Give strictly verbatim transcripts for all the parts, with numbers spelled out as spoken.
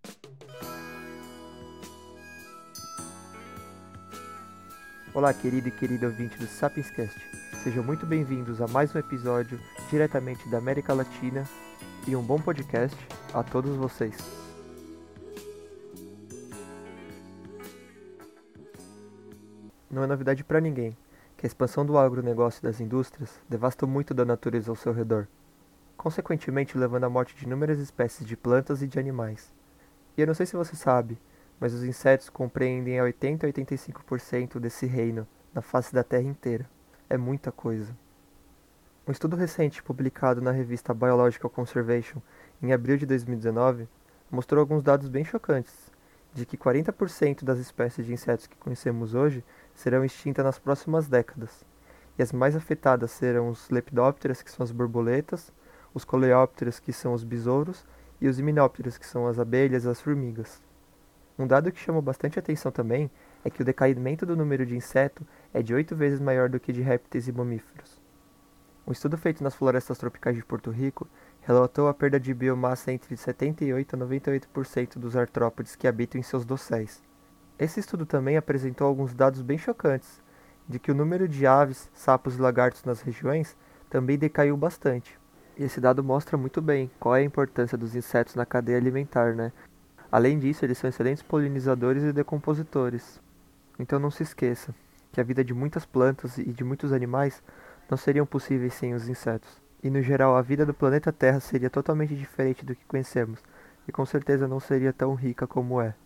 Olá, querido e querida ouvinte do SapiensCast. Sejam muito bem-vindos a mais um episódio diretamente da América Latina e um bom podcast a todos vocês. Não é novidade para ninguém que a expansão do agronegócio e das indústrias devasta muito da natureza ao seu redor, consequentemente levando à morte de inúmeras espécies de plantas e de animais. E eu não sei se você sabe, mas os insetos compreendem a oitenta a oitenta e cinco por cento desse reino na face da Terra inteira. É muita coisa. Um estudo recente publicado na revista Biological Conservation em abril de dois mil e dezenove mostrou alguns dados bem chocantes, de que quarenta por cento das espécies de insetos que conhecemos hoje serão extintas nas próximas décadas. E as mais afetadas serão os lepidópteras, que são as borboletas, os coleópteros, que são os besouros, e os himenópteros, que são as abelhas e as formigas. Um dado que chamou bastante atenção também é que o decaimento do número de insetos é de oito vezes maior do que de répteis e mamíferos. Um estudo feito nas florestas tropicais de Porto Rico relatou a perda de biomassa entre setenta e oito a noventa e oito por cento dos artrópodes que habitam em seus dosséis. Esse estudo também apresentou alguns dados bem chocantes, de que o número de aves, sapos e lagartos nas regiões também decaiu bastante. E esse dado mostra muito bem qual é a importância dos insetos na cadeia alimentar, né? Além disso, eles são excelentes polinizadores e decompositores. Então não se esqueça que a vida de muitas plantas e de muitos animais não seriam possíveis sem os insetos. E no geral, a vida do planeta Terra seria totalmente diferente do que conhecemos, e com certeza não seria tão rica como é.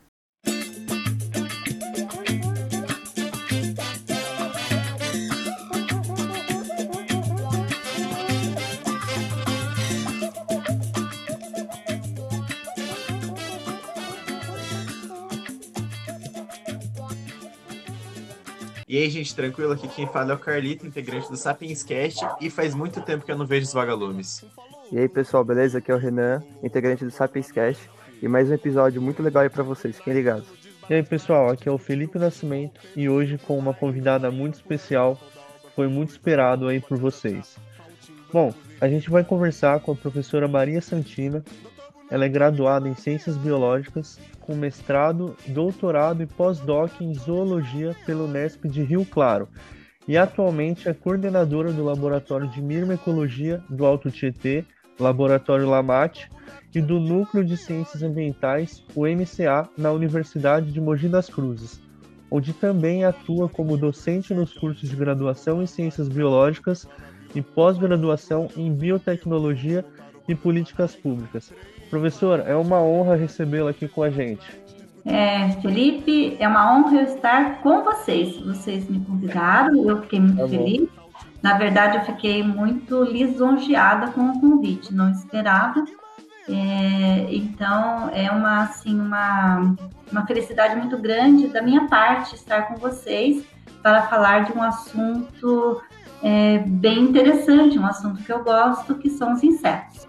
E aí, gente, tranquilo? Aqui quem fala é o Carlito, integrante do SapiensCast, e faz muito tempo que eu não vejo os vagalumes. E aí, pessoal, beleza? Aqui é o Renan, integrante do SapiensCast, e mais um episódio muito legal aí pra vocês, fiquem ligados. E aí, pessoal, aqui é o Felipe Nascimento, e hoje com uma convidada muito especial, foi muito esperado aí por vocês. Bom, a gente vai conversar com a professora Maria Santina. Ela é graduada em Ciências Biológicas, com mestrado, doutorado e pós-doc em Zoologia pela Unesp de Rio Claro, e atualmente é coordenadora do Laboratório de Microecologia do Alto Tietê, Laboratório Lamate, e do Núcleo de Ciências Ambientais, o M C A, na Universidade de Mogi das Cruzes, onde também atua como docente nos cursos de graduação em Ciências Biológicas e pós-graduação em Biotecnologia e Políticas Públicas. Professora, é uma honra recebê-la aqui com a gente. É, Felipe, é uma honra eu estar com vocês. Vocês me convidaram, eu fiquei muito tá feliz. Na verdade, eu fiquei muito lisonjeada com o convite, não esperava. É, então, é uma, assim, uma, uma felicidade muito grande da minha parte estar com vocês para falar de um assunto é, bem interessante, um assunto que eu gosto, que são os insetos.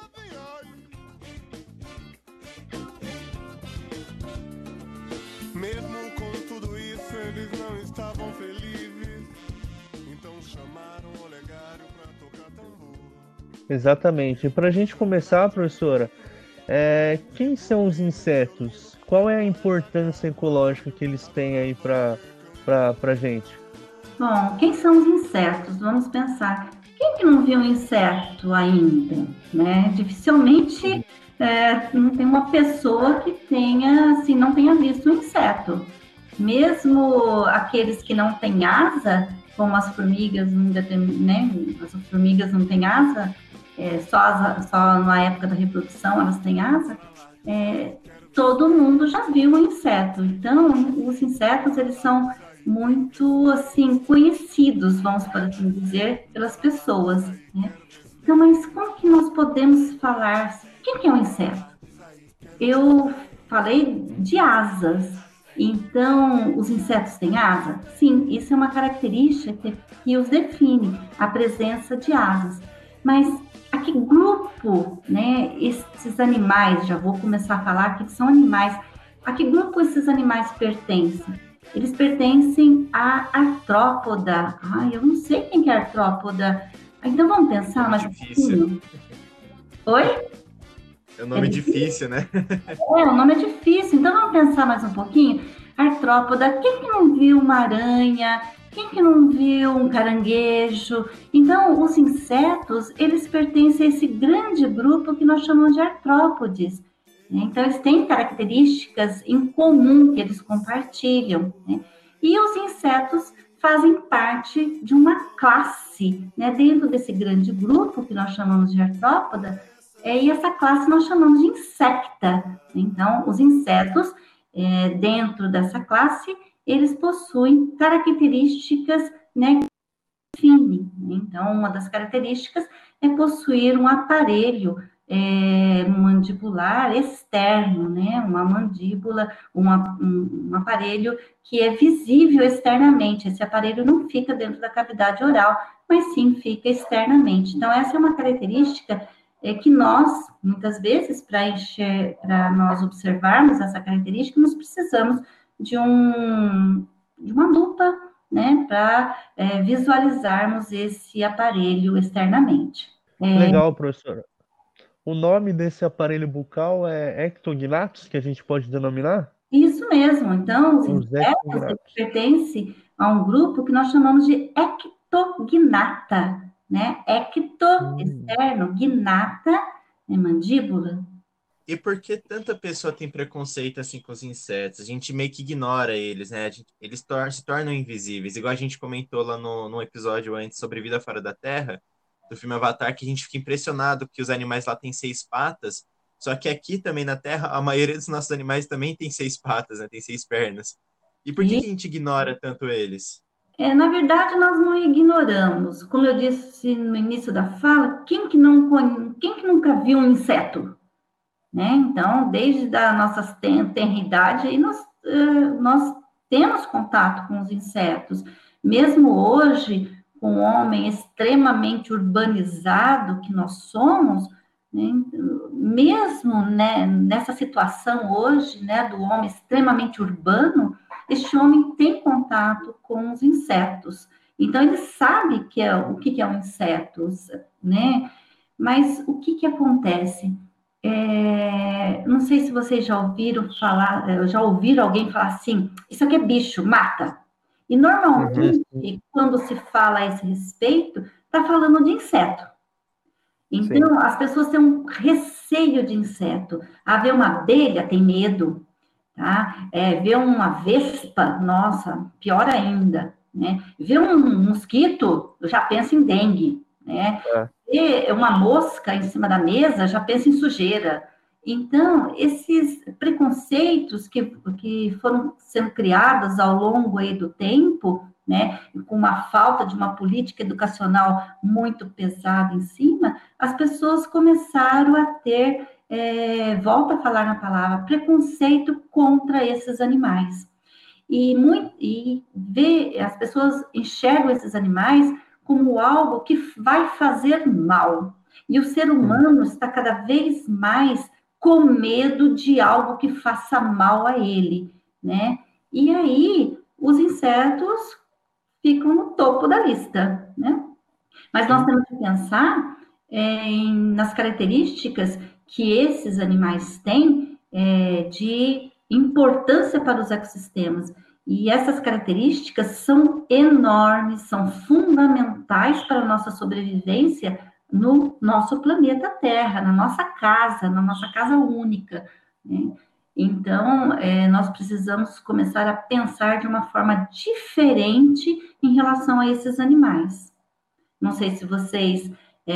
Mesmo com tudo isso, eles não estavam felizes, então chamaram o Olegário para tocar tambor. Exatamente. E para a gente começar, professora, é, quem são os insetos? Qual é a importância ecológica que eles têm aí para a gente? Bom, quem são os insetos? Vamos pensar. Quem que não viu um inseto ainda? Né? Dificilmente... É, não tem uma pessoa que tenha, assim, não tenha visto um inseto. Mesmo aqueles que não têm asa, como as formigas, né? As formigas não têm asa, é, só, as, só na época da reprodução elas têm asa, é, todo mundo já viu um inseto. Então, os insetos, eles são muito, assim, conhecidos, vamos por assim dizer, pelas pessoas, né? Então, mas como que nós podemos falar... O que é um inseto? Eu falei de asas. Então, os insetos têm asa? Sim, isso é uma característica que os define, a presença de asas. Mas a que grupo, né, esses animais, já vou começar a falar que eles são animais, a que grupo esses animais pertencem? Eles pertencem à artrópoda. Ai, eu não sei quem é artrópoda. Então, vamos pensar mais um pouquinho. Oi? É um nome difícil, né? É, o nome é difícil, então vamos pensar mais um pouquinho. Artrópoda, quem que não viu uma aranha? Quem que não viu um caranguejo? Então, os insetos, eles pertencem a esse grande grupo que nós chamamos de artrópodes, né? Então, eles têm características em comum que eles compartilham, né? E os insetos fazem parte de uma classe, né? Dentro desse grande grupo que nós chamamos de artrópoda, é, e essa classe nós chamamos de insecta. Então, os insetos, é, dentro dessa classe, eles possuem características, né, que definem. Então, uma das características é possuir um aparelho é, mandibular externo, né, uma mandíbula, uma, um, um aparelho que é visível externamente. Esse aparelho não fica dentro da cavidade oral, mas sim fica externamente. Então, essa é uma característica é que nós, muitas vezes, para nós observarmos essa característica, nós precisamos de, um, de uma lupa, né, para é, visualizarmos esse aparelho externamente. É, Legal, professora. O nome desse aparelho bucal é ectognathos, que a gente pode denominar? Isso mesmo. Então, os Os insetos ectognathos. pertencem a um grupo que nós chamamos de ectognata, né? Ecto, Hum. externo, gnata, é mandíbula. E por que tanta pessoa tem preconceito assim com os insetos? A gente meio que ignora eles, né? A gente- eles tor- se tornam invisíveis. Igual a gente comentou lá no, no episódio antes sobre Vida Fora da Terra, do filme Avatar, que a gente fica impressionado que os animais lá têm seis patas. Só que aqui também na Terra, a maioria dos nossos animais também tem seis patas, né? Tem seis pernas. E por que E que a gente ignora tanto eles? É, na verdade, nós não ignoramos. Como eu disse no início da fala, quem que, não, conhe- quem que nunca viu um inseto? Né? Então, desde a nossa ten- tenra idade, aí nós, eh, nós temos contato com os insetos. Mesmo hoje, com o homem extremamente urbanizado que nós somos, né? Mesmo, né, nessa situação hoje, né, do homem extremamente urbano, este homem tem contato com os insetos. Então, ele sabe que é, o que que é um inseto, né? Mas o que que acontece? É, não sei se vocês já ouviram falar, eh, já ouviram alguém falar assim, isso aqui é bicho, mata. E normalmente, quando se fala a esse respeito, está falando de inseto. Então, as pessoas têm um receio de inseto. Ah, ver uma abelha tem medo, tá? É, ver uma vespa, nossa, pior ainda, né? Ver um mosquito, eu já penso em dengue, né? É. Ver uma mosca em cima da mesa, já penso em sujeira. Então, esses preconceitos que, que foram sendo criados ao longo aí do tempo, né, com uma falta de uma política educacional muito pesada em cima, as pessoas começaram a ter, é, volta a falar na palavra, preconceito contra esses animais. E, muito, e vê, as pessoas enxergam esses animais como algo que vai fazer mal. E o ser humano está cada vez mais com medo de algo que faça mal a ele, né? E aí, os insetos ficam no topo da lista, né? Mas nós temos que pensar é, em, nas características que esses animais têm é, de importância para os ecossistemas. E essas características são enormes, são fundamentais para a nossa sobrevivência no nosso planeta Terra, na nossa casa, na nossa casa única, né? Então, é, nós precisamos começar a pensar de uma forma diferente em relação a esses animais. Não sei se vocês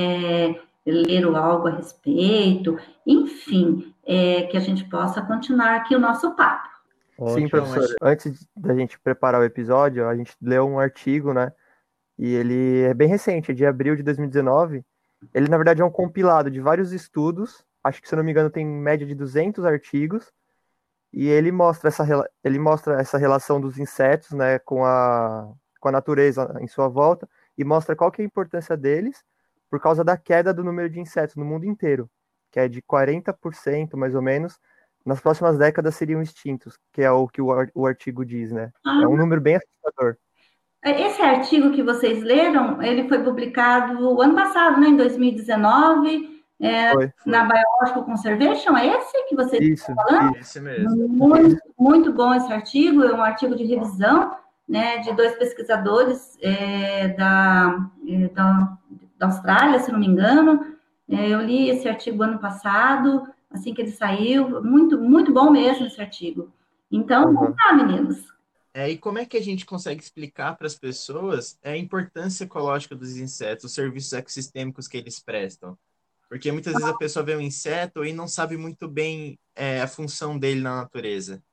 é, leram algo a respeito, enfim, é, que a gente possa continuar aqui o nosso papo. Sim, Ótimo. professor. Antes da gente preparar o episódio, a gente leu um artigo, né? E ele é bem recente, é de abril de dois mil e dezenove. Ele, na verdade, é um compilado de vários estudos. Acho que, se eu não me engano, tem média de duzentos artigos. E ele mostra essa, rela- ele mostra essa relação dos insetos, né, com a, com a natureza em sua volta. E mostra qual que é a importância deles por causa da queda do número de insetos no mundo inteiro, que é de quarenta por cento, mais ou menos. Nas próximas décadas seriam extintos, que é o que o ar- o artigo diz, né? É um número bem assustador. Esse artigo que vocês leram, ele foi publicado ano passado, né, em dois mil e dezenove, Foi, na foi. Biological Conservation, é esse que você Isso, está falando? Esse mesmo. Muito, muito bom esse artigo, é um artigo de revisão, né, de dois pesquisadores é, da, é, da, da Austrália, se não me engano. É, eu li esse artigo ano passado, assim que ele saiu, muito, muito bom mesmo esse artigo. Então, vamos aham. lá, meninos. É, e como é que a gente consegue explicar para as pessoas a importância ecológica dos insetos, os serviços ecossistêmicos que eles prestam? Porque muitas vezes a pessoa vê um inseto e não sabe muito bem é, a função dele na natureza.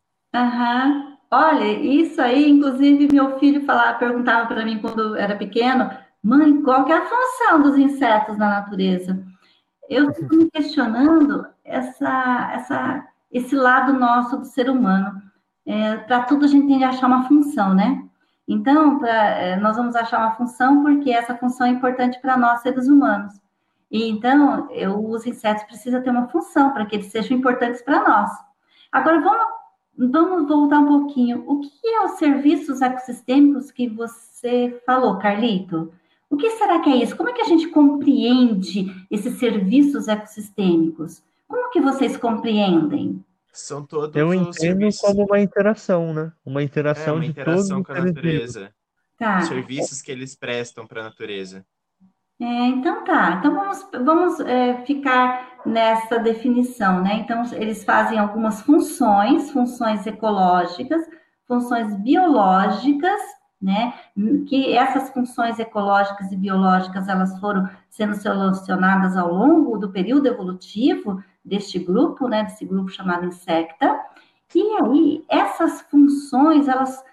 Aham. Olha, isso aí, inclusive, meu filho falava, perguntava para mim quando era pequeno, mãe, qual que é a função dos insetos na natureza? Eu fico me questionando essa, essa, esse lado nosso do ser humano. É, para tudo a gente tem que achar uma função, né? Então, pra, é, nós vamos achar uma função porque essa função é importante para nós, seres humanos. E então, eu, os insetos precisam ter uma função para que eles sejam importantes para nós. Agora, vamos, vamos voltar um pouquinho. O que é os serviços ecossistêmicos que você falou, Carlito? O que será que é isso? Como é que a gente compreende esses serviços ecossistêmicos? Como que vocês compreendem? São todos Eu os entendo serviços, como uma interação, né? Uma é, interação uma de todos interação os com a seres vivos. natureza, os Tá. serviços que eles prestam para a natureza. É, então tá. Então vamos, vamos é, ficar nessa definição, né? Então eles fazem algumas funções, funções ecológicas, funções biológicas, né? Que essas funções ecológicas e biológicas elas foram sendo selecionadas ao longo do período evolutivo deste grupo, né? Desse grupo chamado insecta. E aí essas funções elas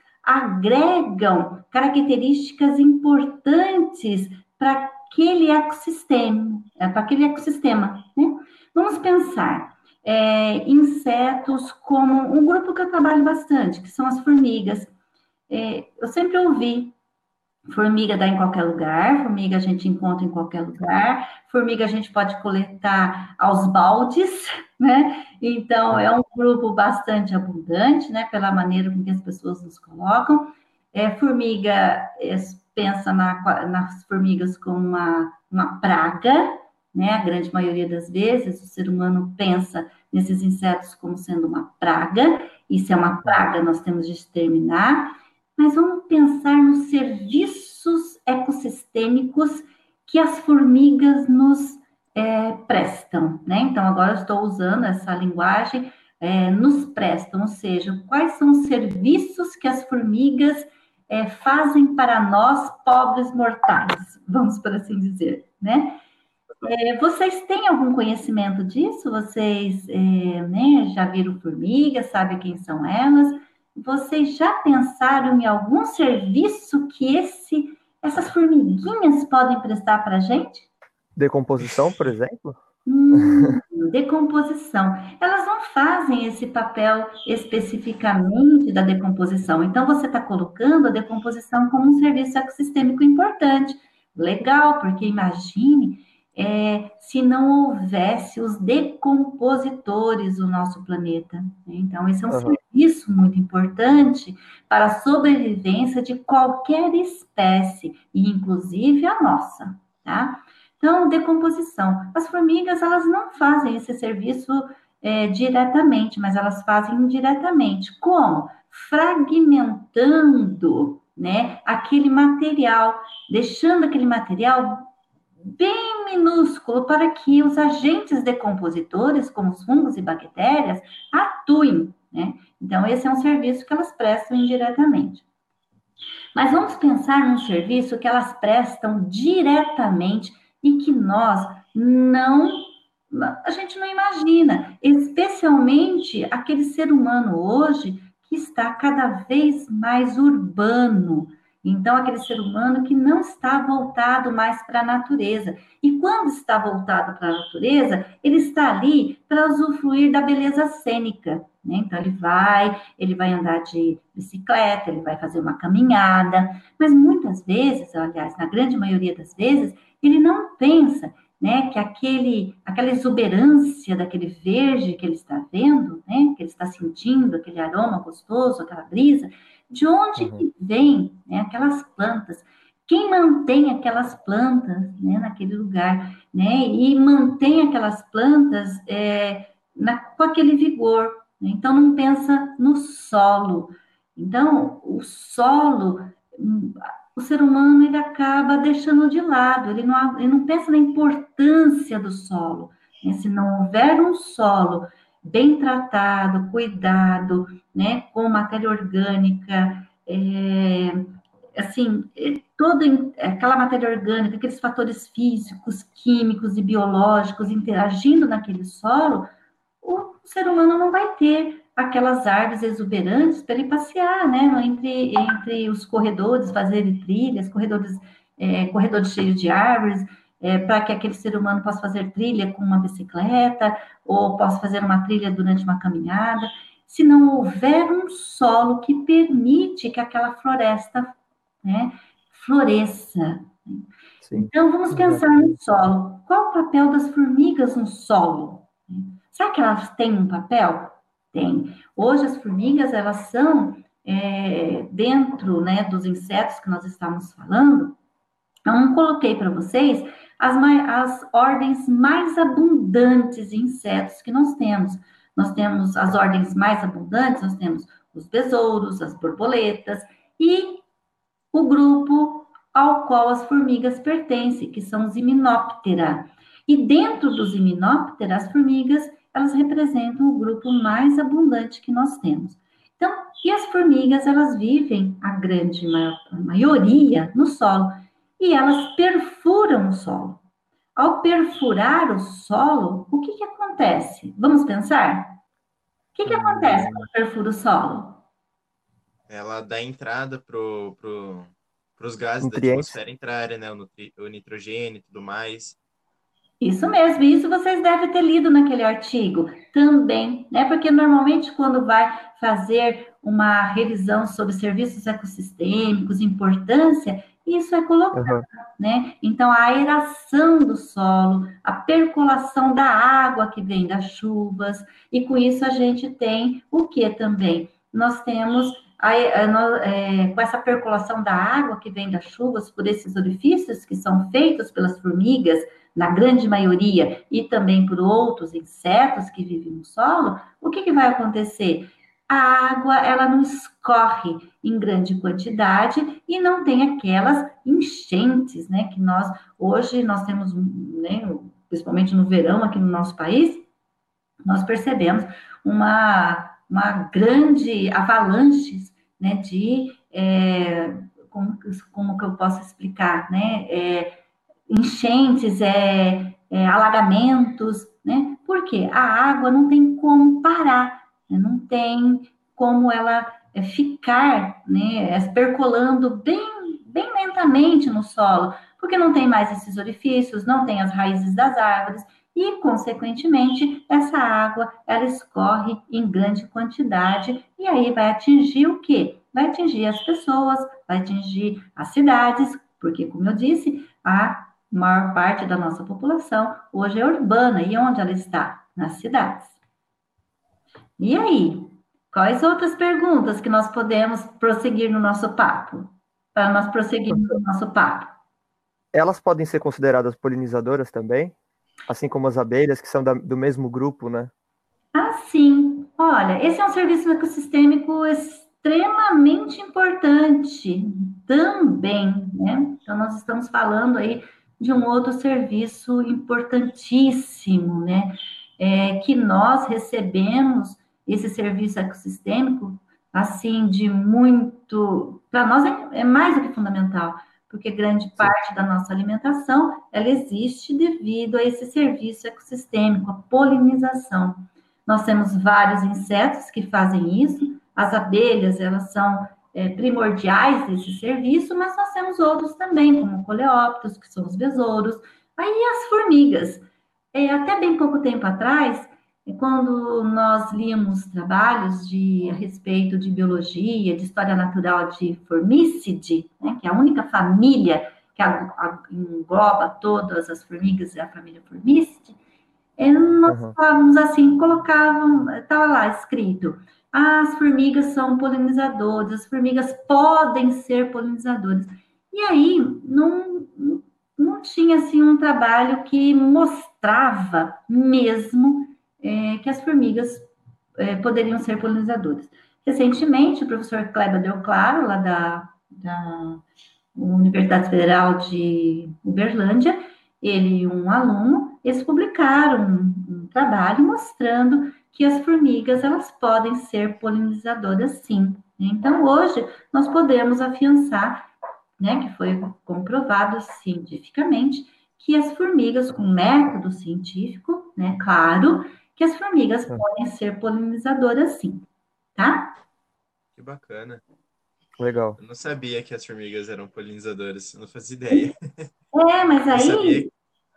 agregam características importantes para aquele ecossistema, é, para aquele ecossistema, né? Vamos pensar é, insetos como um grupo que eu trabalho bastante, que são as formigas. É, eu sempre ouvi formiga dá em qualquer lugar, formiga a gente encontra em qualquer lugar, formiga a gente pode coletar aos baldes, né? Então é um grupo bastante abundante, né? Pela maneira com que as pessoas nos colocam. É, formiga é, pensa na, nas formigas como uma, uma praga, né? A grande maioria das vezes o ser humano pensa nesses insetos como sendo uma praga, e se é uma praga nós temos de exterminar. Mas vamos pensar nos serviços ecossistêmicos que as formigas nos é, prestam, né? Então, agora eu estou usando essa linguagem, é, nos prestam, ou seja, quais são os serviços que as formigas é, fazem para nós, pobres mortais, vamos por assim dizer, né? É, vocês têm algum conhecimento disso? Vocês é, né, já viram formigas, sabem quem são elas? Vocês já pensaram em algum serviço que esse, essas formiguinhas podem prestar para a gente? Decomposição, por exemplo? Hum, decomposição. Elas não fazem esse papel especificamente da decomposição. Então, você está colocando a decomposição como um serviço ecossistêmico importante. Legal, porque imagine é, se não houvesse os decompositores no nosso planeta. Então, esse é um Aham. serviço muito importante para a sobrevivência de qualquer espécie, e inclusive a nossa, tá? Então, decomposição. As formigas, elas não fazem esse serviço é, diretamente, mas elas fazem indiretamente. Como? Fragmentando, né, aquele material, deixando aquele material bem minúsculo para que os agentes decompositores, como os fungos e bactérias, atuem, né? Então, esse é um serviço que elas prestam indiretamente. Mas vamos pensar num serviço que elas prestam diretamente e que nós não, a gente não imagina, especialmente aquele ser humano hoje que está cada vez mais urbano. Então, aquele ser humano que não está voltado mais para a natureza. E quando está voltado para a natureza, ele está ali para usufruir da beleza cênica, né? Então, ele vai, ele vai andar de bicicleta, ele vai fazer uma caminhada, mas muitas vezes, aliás, na grande maioria das vezes, ele não pensa, né, que aquele, aquela exuberância daquele verde que ele está vendo, né, que ele está sentindo, aquele aroma gostoso, aquela brisa, de onde Uhum. que vem, né, aquelas plantas, quem mantém aquelas plantas, né, naquele lugar, né, e mantém aquelas plantas é, na, com aquele vigor, né? Então não pensa no solo. Então o solo, o ser humano ele acaba deixando de lado, ele não, ele não pensa na importância do solo, né? Se não houver um solo bem tratado, cuidado, né, com matéria orgânica, é, assim, toda aquela matéria orgânica, aqueles fatores físicos, químicos e biológicos interagindo naquele solo, o ser humano não vai ter aquelas árvores exuberantes para ele passear, né, entre, entre os corredores, fazer trilhas, corredores, é, corredores cheios de árvores, é, para que aquele ser humano possa fazer trilha com uma bicicleta, ou possa fazer uma trilha durante uma caminhada. Se não houver um solo que permite que aquela floresta, né, floresça. Sim. Então, vamos pensar no solo. Qual o papel das formigas no solo? Será que elas têm um papel? Tem. Hoje, as formigas, elas são, é, dentro, né, dos insetos que nós estamos falando, eu coloquei para vocês as, as ordens mais abundantes de insetos que nós temos. Nós temos as ordens mais abundantes, nós temos os besouros, as borboletas e o grupo ao qual as formigas pertencem, que são os Hymenoptera. E dentro dos Hymenoptera, as formigas, elas representam o grupo mais abundante que nós temos. Então, e as formigas, elas vivem, a grande maioria, no solo, e elas perfuram o solo. Ao perfurar o solo, o que que acontece? Vamos pensar? O que que acontece quando perfura o solo? Ela dá entrada pro, pro, pros gases da Nutrientes. atmosfera entrarem, né? O, nutri, o nitrogênio e tudo mais. Isso mesmo, isso vocês devem ter lido naquele artigo também, né? Porque normalmente quando vai fazer uma revisão sobre serviços ecossistêmicos, importância, isso é colocado, Uhum. né? Então, a aeração do solo, a percolação da água que vem das chuvas, e com isso a gente tem o que também? Nós temos, a, a, é, com essa percolação da água que vem das chuvas, por esses orifícios que são feitos pelas formigas, na grande maioria, e também por outros insetos que vivem no solo, o que, que vai acontecer? A água, ela não escorre em grande quantidade e não tem aquelas enchentes, né, que nós, hoje, nós temos, né, principalmente no verão aqui no nosso país, nós percebemos uma, uma grande avalanches, né, de, é, como, como que eu posso explicar, né, é, enchentes, é, é, alagamentos, né? Porque a água não tem como parar, né? Não tem como ela é, ficar, né, percolando bem, bem lentamente no solo, porque não tem mais esses orifícios, não tem as raízes das árvores e, consequentemente, essa água ela escorre em grande quantidade e aí vai atingir o quê? Vai atingir as pessoas, vai atingir as cidades, porque, como eu disse, a maior parte da nossa população hoje é urbana. E onde ela está? Nas cidades. E aí? Quais outras perguntas que nós podemos prosseguir no nosso papo? Para nós prosseguirmos no nosso papo. Elas podem ser consideradas polinizadoras também? Assim como as abelhas, que são da, do mesmo grupo, né? Ah, sim. Olha, esse é um serviço ecossistêmico extremamente importante também, né? Então, nós estamos falando aí de um outro serviço importantíssimo, né? É, que nós recebemos esse serviço ecossistêmico, assim, de muito... Para nós é, é mais do que fundamental, porque grande parte da nossa alimentação, ela existe devido a esse serviço ecossistêmico, a polinização. Nós temos vários insetos que fazem isso, as abelhas, elas são é, primordiais desse serviço, mas nós temos outros também, como coleópteros, que são os besouros, aí as formigas. É, até bem pouco tempo atrás, quando nós líamos trabalhos de, a respeito de biologia, de história natural de Formicidae, né, que é a única família que a, a, engloba todas as formigas, é a família Formicidae, é, nós uhum. falávamos assim, colocavam, estava lá escrito, as formigas são polinizadoras, as formigas podem ser polinizadoras. E E aí, não, não tinha, assim, um trabalho que mostrava mesmo é, que as formigas é, poderiam ser polinizadoras. Recentemente, o professor Kleber Del Claro, lá da, da Universidade Federal de Uberlândia, ele e um aluno, eles publicaram um, um trabalho mostrando que as formigas, elas podem ser polinizadoras, sim. Então, hoje, nós podemos afiançar, né, que foi comprovado cientificamente, que as formigas, com método científico, né, claro, que as formigas podem ser polinizadoras, sim, tá? Que bacana. Legal. Eu não sabia que as formigas eram polinizadoras, eu não fazia ideia. É, mas Eu sabia aí...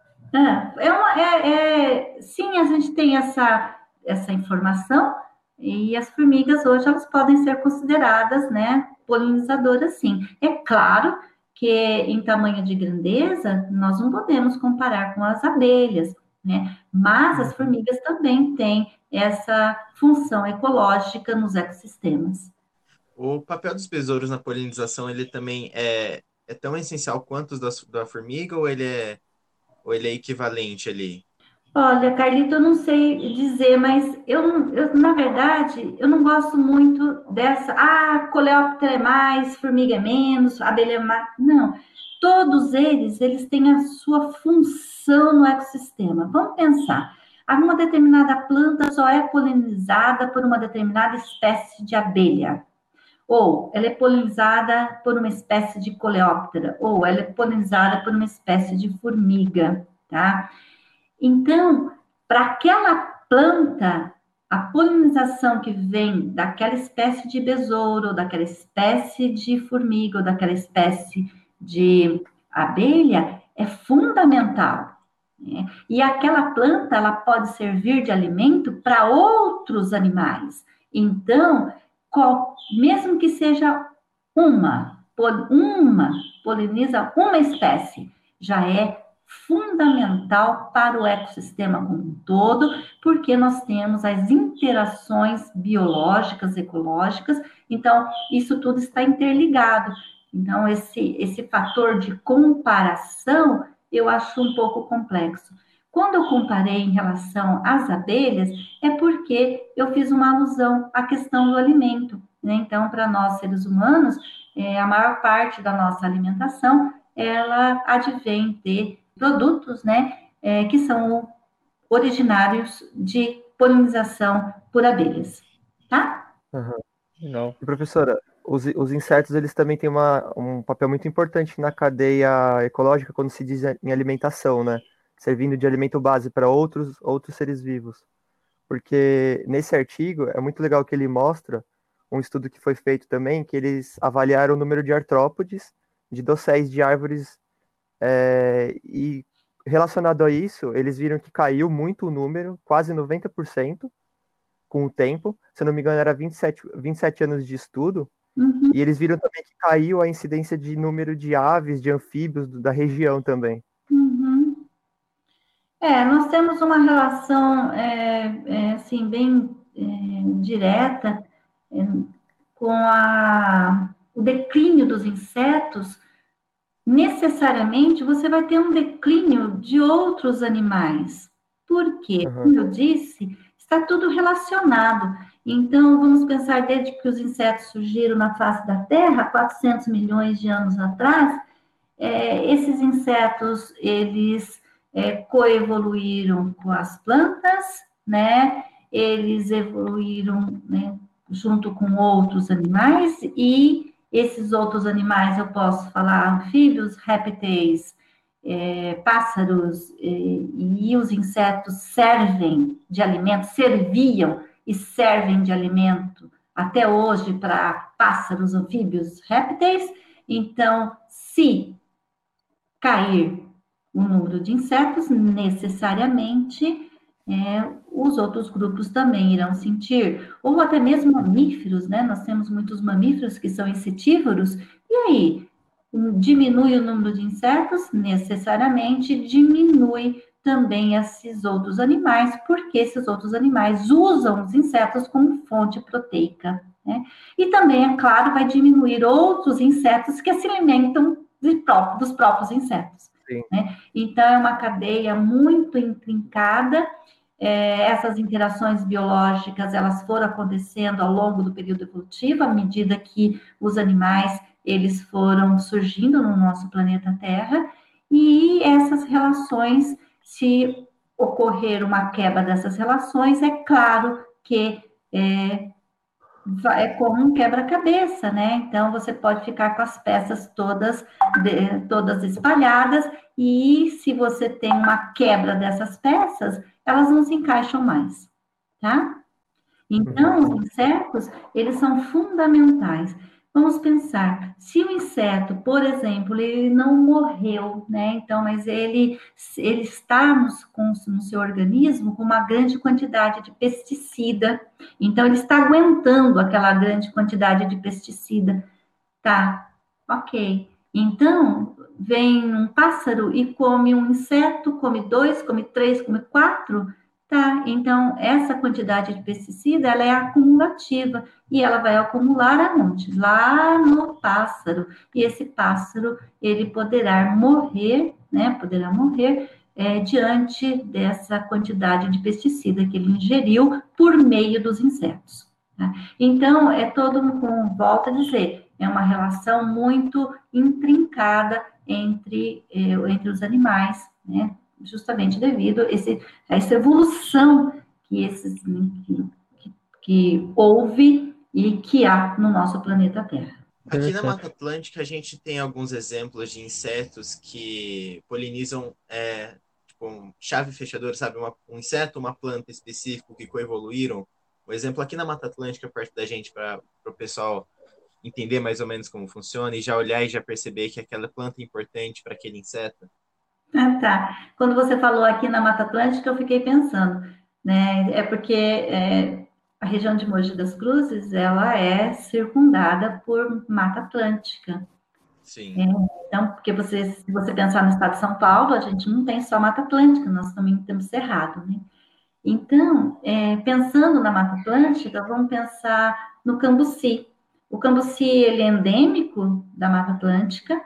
É, é uma, é, é, sim, a gente tem essa, essa informação e as formigas hoje elas podem ser consideradas, né, polinizadoras, sim. É claro que em tamanho de grandeza nós não podemos comparar com as abelhas, né? Mas as formigas também têm essa função ecológica nos ecossistemas. O papel dos besouros na polinização, ele também é, é tão essencial quanto os da, da formiga, ou ele é, ou ele é equivalente ali? Olha, Carlito, eu não sei dizer, mas eu, não- eu, na verdade, eu não gosto muito dessa, ah, coleóptero é mais, formiga é menos, abelha é mais. Não, todos eles, eles têm a sua função no ecossistema. Vamos pensar, uma determinada planta só é polinizada por uma determinada espécie de abelha, ou ela é polinizada por uma espécie de coleóptera, ou ela é polinizada por uma espécie de formiga, tá? Então, para aquela planta, a polinização que vem daquela espécie de besouro, ou daquela espécie de formiga, ou daquela espécie de abelha, é fundamental, né? E aquela planta, ela pode servir de alimento para outros animais. Então, qual, mesmo que seja uma, uma poliniza uma espécie, já é fundamental para o ecossistema como um todo, porque nós temos as interações biológicas, ecológicas, então isso tudo está interligado. Então, esse, esse fator de comparação eu acho um pouco complexo. Quando eu comparei em relação às abelhas, é porque eu fiz uma alusão à questão do alimento, né? Então, para nós seres humanos, é, a maior parte da nossa alimentação ela advém de produtos, né, é, que são originários de polinização por abelhas, tá? Aham. Legal. E, professora, os, os insetos eles também têm uma, um papel muito importante na cadeia ecológica quando se diz em alimentação, né? Servindo de alimento base para outros, outros seres vivos. Porque nesse artigo é muito legal que ele mostra um estudo que foi feito também, que eles avaliaram o número de artrópodes, de dosséis de árvores, é, e relacionado a isso, eles viram que caiu muito o número, quase noventa por cento com o tempo. Se eu não me engano, era vinte e sete, vinte e sete anos de estudo. Uhum. E eles viram também que caiu a incidência de número de aves, de anfíbios do- da região também. Uhum. É, nós temos uma relação, é, é, assim, bem é, direta é, com a, o declínio dos insetos. Necessariamente você vai ter um declínio de outros animais. Por quê? Aham. Como eu disse, está tudo relacionado. Então, vamos pensar desde que os insetos surgiram na face da Terra, quatrocentos milhões de anos atrás, é, esses insetos, eles é, coevoluíram com as plantas, né? Eles evoluíram, né, junto com outros animais e esses outros animais, eu posso falar anfíbios, répteis, é, pássaros, é, e os insetos servem de alimento, serviam e servem de alimento até hoje para pássaros, anfíbios, répteis. Então, se cair o número de insetos, necessariamente é, os outros grupos também irão sentir, ou até mesmo mamíferos, né? Nós temos muitos mamíferos que são insetívoros, e aí, diminui o número de insetos, necessariamente diminui também esses outros animais, porque esses outros animais usam os insetos como fonte proteica, né? E também, é claro, vai diminuir outros insetos que se alimentam de pró- dos próprios insetos. Sim. Né? Então, é uma cadeia muito intrincada. É, essas interações biológicas, elas foram acontecendo ao longo do período evolutivo, à medida que os animais, eles foram surgindo no nosso planeta Terra, e essas relações, se ocorrer uma quebra dessas relações, é claro que é, é como um quebra-cabeça, né? Então, você pode ficar com as peças todas, de, todas espalhadas, e se você tem uma quebra dessas peças, elas não se encaixam mais, tá? Então, os insetos, eles são fundamentais. Vamos pensar, se o inseto, por exemplo, ele não morreu, né? Então, mas ele, ele está no, com, no seu organismo com uma grande quantidade de pesticida. Então, ele está aguentando aquela grande quantidade de pesticida. Tá, ok. Então, vem um pássaro e come um inseto, come dois, come três, come quatro. Tá, então essa quantidade de pesticida, ela é acumulativa e ela vai acumular aonde? Lá no pássaro. E esse pássaro, ele poderá morrer, né? Poderá morrer é, diante dessa quantidade de pesticida que ele ingeriu por meio dos insetos. Tá? Então, é todo, como volto a dizer, é uma relação muito intrincada entre, eh, entre os animais, né? Justamente devido a, esse, a essa evolução que, esses, que, que, que houve e que há no nosso planeta Terra. Aqui na Mata Atlântica a gente tem alguns exemplos de insetos que polinizam, é, tipo, um chave fechadora, sabe? Uma, um inseto, uma planta específico que coevoluíram. Um exemplo aqui na Mata Atlântica, perto da gente, para o pessoal entender mais ou menos como funciona e já olhar e já perceber que aquela planta é importante para aquele inseto. Ah, tá. Quando você falou aqui na Mata Atlântica, eu fiquei pensando, né? É porque é, a região de Mogi das Cruzes, ela é circundada por Mata Atlântica. Sim. É, então, porque você, se você pensar no estado de São Paulo, a gente não tem só Mata Atlântica, nós também temos Cerrado, né? Então, é, pensando na Mata Atlântica, vamos pensar no cambuci. O cambuci, ele é endêmico da Mata Atlântica,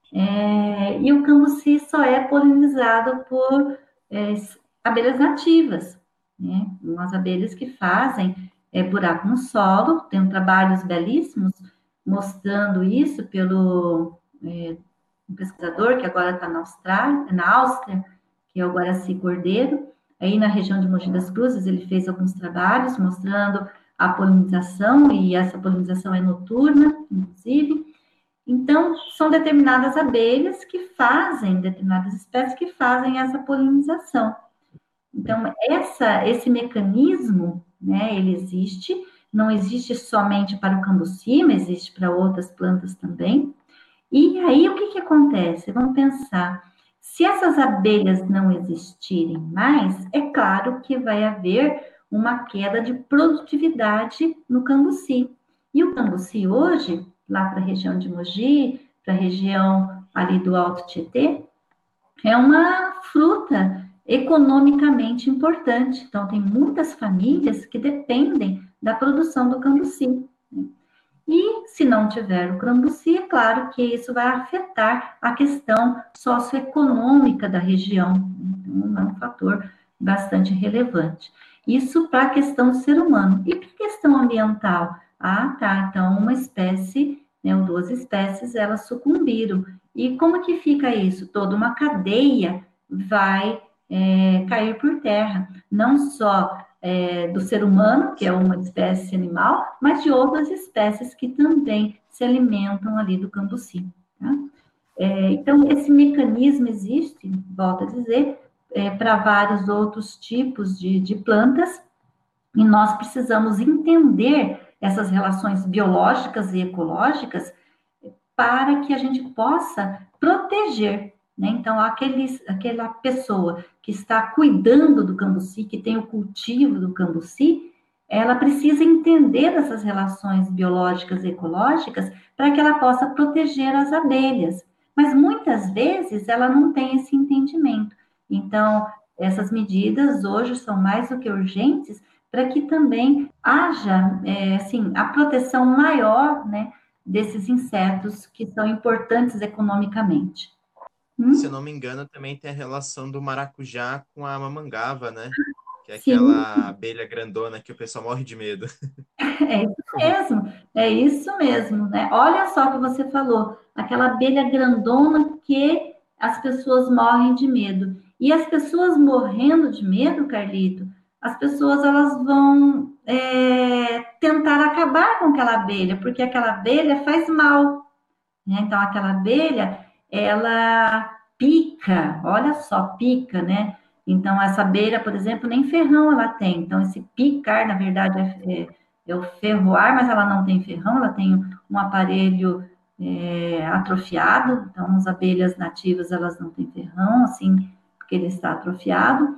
é, e o cambuci só é polinizado por é, abelhas nativas, né? Umas abelhas que fazem é, buraco no solo, tem trabalhos belíssimos mostrando isso pelo é, um pesquisador que agora está na Austrália, na Áustria, que é o Guaraci Cordeiro. Aí na região de Mogi das Cruzes ele fez alguns trabalhos mostrando a polinização, e essa polinização é noturna, inclusive. Então, são determinadas abelhas que fazem, determinadas espécies que fazem essa polinização. Então, essa, esse mecanismo, né, ele existe, não existe somente para o cambuci, mas existe para outras plantas também. E aí, o que que acontece? Vamos pensar, se essas abelhas não existirem mais, é claro que vai haver uma queda de produtividade no cambuci. E o cambuci hoje, lá para a região de Mogi, para a região ali do Alto Tietê, é uma fruta economicamente importante. Então, tem muitas famílias que dependem da produção do cambuci. E se não tiver o cambuci, é claro que isso vai afetar a questão socioeconômica da região. Então, é um fator bastante relevante. Isso para a questão do ser humano. E para a questão ambiental? Ah, tá, então uma espécie, né, ou duas espécies, elas sucumbiram. E como que fica isso? Toda uma cadeia vai é, cair por terra. Não só é, do ser humano, que é uma espécie animal, mas de outras espécies que também se alimentam ali do cambuci. Tá? É, então, esse mecanismo existe, volto a dizer, é, para vários outros tipos de, de plantas, e nós precisamos entender essas relações biológicas e ecológicas para que a gente possa proteger, né? Então, aqueles, aquela pessoa que está cuidando do cambuci, que tem o cultivo do cambuci, ela precisa entender essas relações biológicas e ecológicas para que ela possa proteger as abelhas. Mas muitas vezes ela não tem esse entendimento. Então, essas medidas hoje são mais do que urgentes para que também haja, é, assim, a proteção maior, né, desses insetos que são importantes economicamente. Hum? Se eu não me engano, também tem a relação do maracujá com a mamangava, né? Que é Sim. aquela abelha grandona que o pessoal morre de medo. É isso mesmo, é isso mesmo, né? Olha só o que você falou, aquela abelha grandona que as pessoas morrem de medo. E as pessoas morrendo de medo, Carlito, as pessoas elas vão é, tentar acabar com aquela abelha, porque aquela abelha faz mal, né? Então, aquela abelha, ela pica, olha só, pica, né? Então, essa abelha, por exemplo, nem ferrão ela tem. Então, esse picar, na verdade, é, é, é o ferroar, mas ela não tem ferrão, ela tem um aparelho é, atrofiado. Então, as abelhas nativas, elas não têm ferrão, assim, porque ele está atrofiado.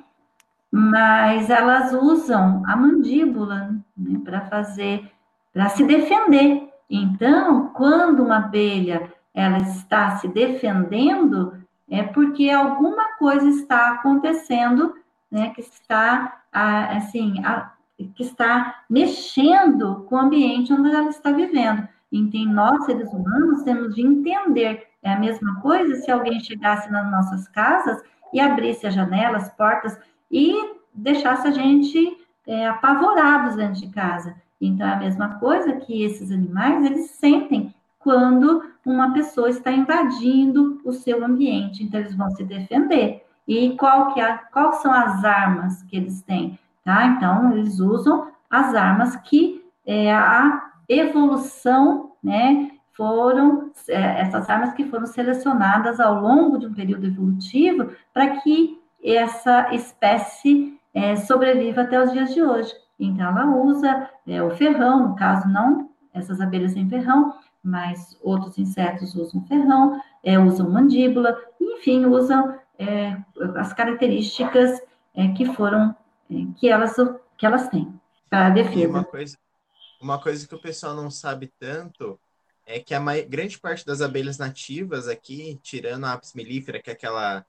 Mas elas usam a mandíbula, né, para fazer, para se defender. Então, quando uma abelha ela está se defendendo, é porque alguma coisa está acontecendo, né, que está assim, que está mexendo com o ambiente onde ela está vivendo. Então, nós, seres humanos, temos de entender. É a mesma coisa se alguém chegasse nas nossas casas e abrisse as janelas, portas e deixasse a gente é, apavorados dentro de casa. Então, é a mesma coisa que esses animais, eles sentem quando uma pessoa está invadindo o seu ambiente. Então, eles vão se defender. E qual que é, quais são as armas que eles têm? Tá? Então, eles usam as armas que é, a evolução, né, foram, é, essas armas que foram selecionadas ao longo de um período evolutivo para que essa espécie é, sobreviva até os dias de hoje. Então, ela usa é, o ferrão, no caso, não essas abelhas sem ferrão, mas outros insetos usam ferrão, é, usam mandíbula, enfim, usam é, as características é, que foram, é, que, elas, que elas têm para defesa. E uma coisa, uma coisa que o pessoal não sabe tanto é que a mai- grande parte das abelhas nativas aqui, tirando a Apis mellifera, que é aquela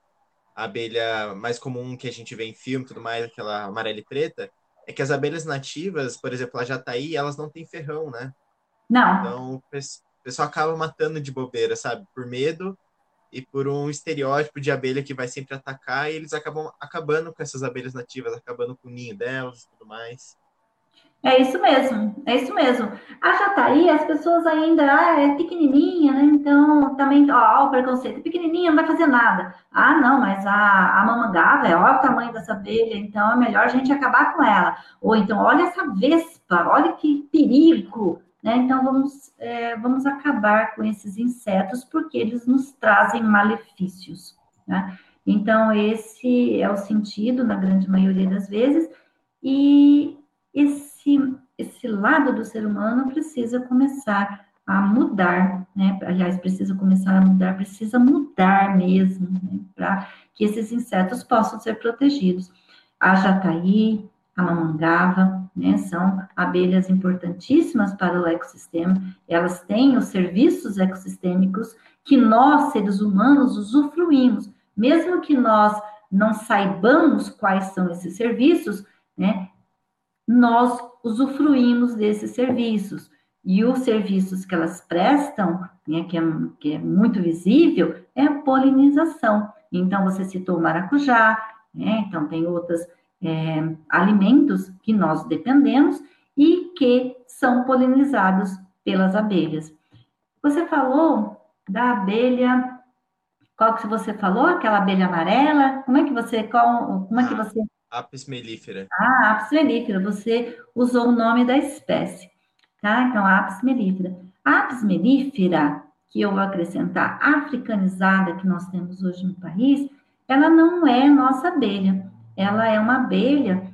abelha mais comum que a gente vê em filme e tudo mais, aquela amarela e preta, é que as abelhas nativas, por exemplo, a jataí, elas não têm ferrão, né? Não. Então, o pessoal acaba matando de bobeira, sabe? Por medo e por um estereótipo de abelha que vai sempre atacar, e eles acabam acabando com essas abelhas nativas, acabando com o ninho delas e tudo mais. É isso mesmo, é isso mesmo. A jataí, as pessoas ainda, ah, é pequenininha, né? Então, também, ó, o preconceito, pequenininha, não vai fazer nada. Ah, não, mas a, a mamangava, é, olha o tamanho dessa abelha, então é melhor a gente acabar com ela. Ou então, olha essa vespa, olha que perigo, né? Então, vamos, é, vamos acabar com esses insetos, porque eles nos trazem malefícios, né? Então, esse é o sentido, na grande maioria das vezes, e esse, esse lado do ser humano precisa começar a mudar, né? Aliás, precisa começar a mudar, precisa mudar mesmo, né? Para que esses insetos possam ser protegidos. A jataí, a mamangava, né? São abelhas importantíssimas para o ecossistema. Elas têm os serviços ecossistêmicos que nós, seres humanos, usufruímos. Mesmo que nós não saibamos quais são esses serviços, né? Nós usufruímos desses serviços. E os serviços que elas prestam, né, que, é, que é muito visível, é a polinização. Então, você citou o maracujá, né, então tem outros é, alimentos que nós dependemos e que são polinizados pelas abelhas. Você falou da abelha, qual que você falou? Aquela abelha amarela? Como é que você, qual, como é que você... Apis mellifera. Ah, Apis mellifera, você usou o nome da espécie, tá? Então, Apis mellifera. A Apis mellifera, que eu vou acrescentar, africanizada, que nós temos hoje no país, ela não é nossa abelha. Ela é uma abelha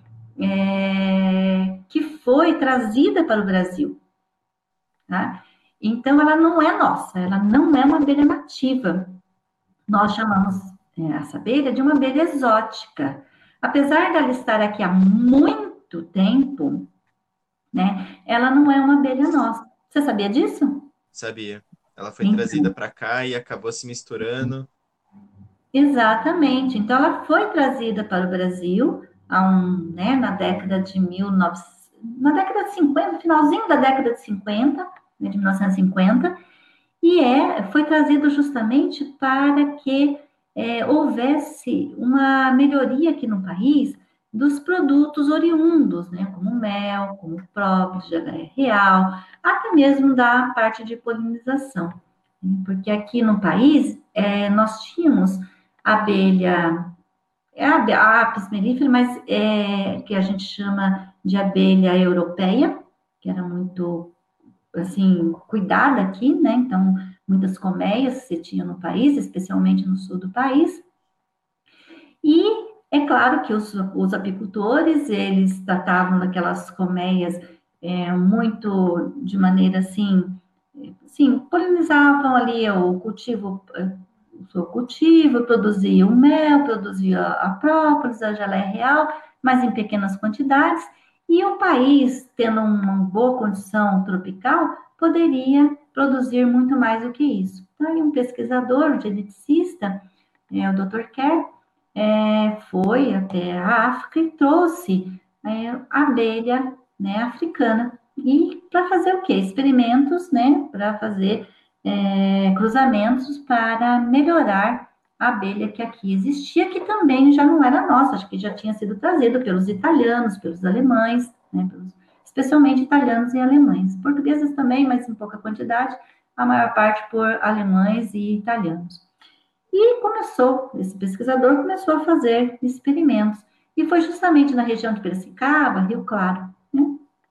é, que foi trazida para o Brasil, tá? Então, ela não é nossa, ela não é uma abelha nativa. Nós chamamos essa abelha de uma abelha exótica. Apesar dela estar aqui há muito tempo, né, ela não é uma abelha nossa. Você sabia disso? Sabia. Ela foi então, trazida para cá e acabou se misturando. Exatamente. Então, ela foi trazida para o Brasil há um, né, na década de mil e novecentos, na década de cinquenta, finalzinho da década de cinquenta, né, de mil novecentos e cinquenta, e é, foi trazido justamente para que é, houvesse uma melhoria aqui no país dos produtos oriundos, né, como mel, como própolis de agaré real, até mesmo da parte de polinização. Porque aqui no país, é, nós tínhamos abelha, é a, a Apis mellifera, mas é, que a gente chama de abelha europeia, que era muito, assim, cuidada aqui, né? Então, muitas colmeias se tinha no país, especialmente no sul do país. E é claro que os, os apicultores, eles tratavam daquelas colmeias é, muito de maneira assim, sim, polinizavam ali o cultivo, o seu cultivo, produzia o mel, produzia a própolis, a geleia real, mas em pequenas quantidades, e o país, tendo uma boa condição tropical, poderia produzir muito mais do que isso. Então, aí um pesquisador, um geneticista, é, o doutor Kerr, é, foi até a África e trouxe é, a abelha, né, africana, e para fazer o quê? Experimentos, né, para fazer é, cruzamentos para melhorar a abelha que aqui existia, que também já não era nossa, acho que já tinha sido trazido pelos italianos, pelos alemães, né, pelos, especialmente italianos e alemães. Portugueses também, mas em pouca quantidade, a maior parte por alemães e italianos. E começou, esse pesquisador começou a fazer experimentos. E foi justamente na região de Piracicaba, Rio Claro, né?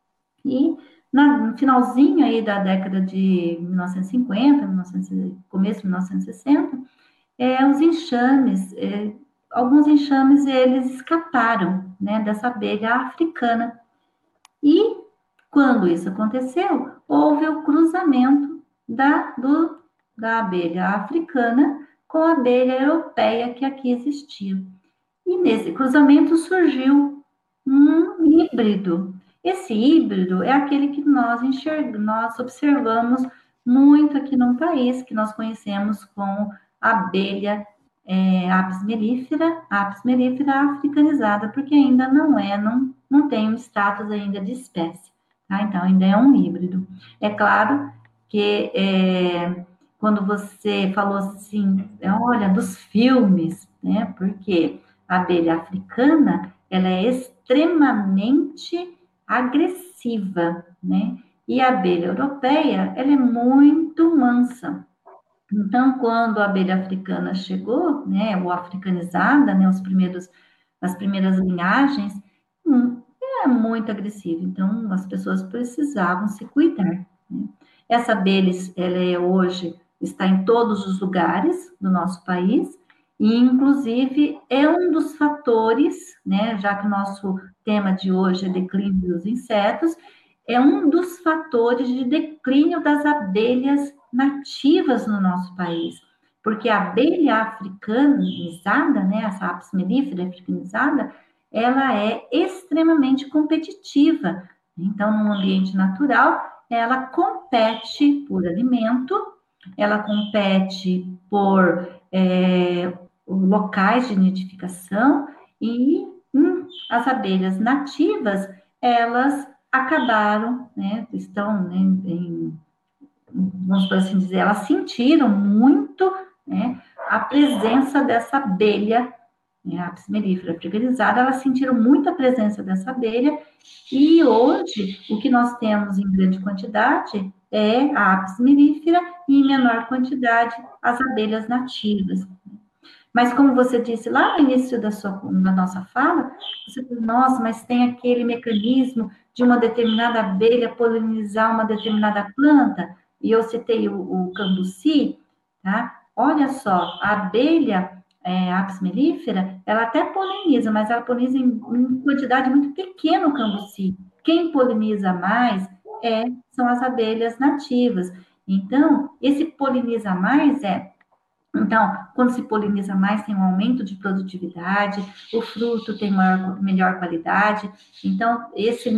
E na, no finalzinho aí da década de mil novecentos e cinquenta, começo de mil novecentos e sessenta, é, os enxames, é, alguns enxames, eles escaparam, né, dessa abelha africana. E quando isso aconteceu, houve o cruzamento da, do, da abelha africana com a abelha europeia que aqui existia. E nesse cruzamento surgiu um híbrido. Esse híbrido é aquele que nós enxergamos, nós observamos muito aqui no país, que nós conhecemos como abelha é, Apis mellifera, Apis mellifera africanizada, porque ainda não é, não, não tem um status ainda de espécie, tá? Então ainda é um híbrido. É claro que é, quando você falou assim, olha, dos filmes, né? Porque a abelha africana, ela é extremamente agressiva, né? E a abelha europeia, ela é muito mansa. Então, quando a abelha africana chegou, né, ou africanizada, né, os primeiros, as primeiras linhagens, hum, é muito agressiva. Então, as pessoas precisavam se cuidar, né? Essa abelha, ela é hoje, está em todos os lugares do nosso país, e, inclusive, é um dos fatores, né, já que o nosso tema de hoje é declínio dos insetos, é um dos fatores de declínio das abelhas nativas no nosso país, porque a abelha africanizada, né, essa Apis mellifera africanizada, ela é extremamente competitiva. Então, no ambiente natural, ela compete por alimento, ela compete por é, locais de nidificação e hum, as abelhas nativas, elas acabaram, né, estão né, em, vamos por assim dizer, elas sentiram muito, né, a presença dessa abelha, né, a Apis mellifera africanizada, elas sentiram muito a presença dessa abelha, e hoje o que nós temos em grande quantidade é a Apis mellifera e em menor quantidade as abelhas nativas. Mas como você disse lá no início da, sua, da nossa fala, você disse, nossa, mas tem aquele mecanismo de uma determinada abelha polinizar uma determinada planta, e eu citei o, o cambuci, tá? Olha só, a abelha é, Apis mellifera, ela até poliniza, mas ela poliniza em, em quantidade muito pequena o cambuci. Quem poliniza mais é, são as abelhas nativas. Então, esse poliniza mais é Então, quando se poliniza mais, tem um aumento de produtividade, o fruto tem maior, melhor qualidade. Então, esse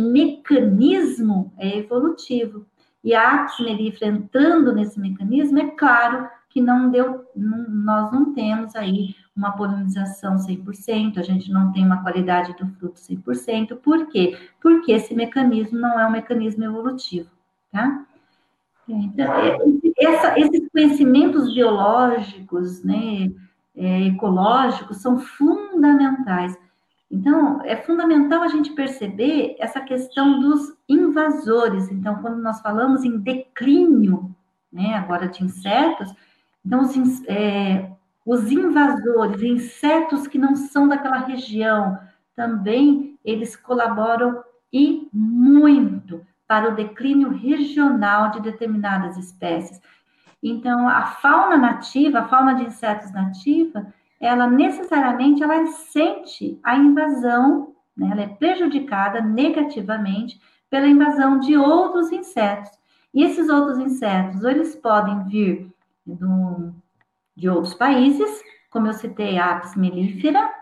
mecanismo é evolutivo. E a Apis mellifera entrando nesse mecanismo, é claro que não deu, não, nós não temos aí uma polinização cem por cento, a gente não tem uma qualidade do fruto cem por cento. Por quê? Porque esse mecanismo não é um mecanismo evolutivo, tá? Então, é, essa, esses conhecimentos biológicos, né, é, ecológicos, são fundamentais. Então, é fundamental a gente perceber essa questão dos invasores. Então, quando nós falamos em declínio, né, agora de insetos, então, os, é, os invasores, insetos que não são daquela região, também eles colaboram e muito para o declínio regional de determinadas espécies. Então, a fauna nativa, a fauna de insetos nativa, ela necessariamente ela sente a invasão, né? Ela é prejudicada negativamente pela invasão de outros insetos. E esses outros insetos, ou eles podem vir do, de outros países, como eu citei a Apis mellifera,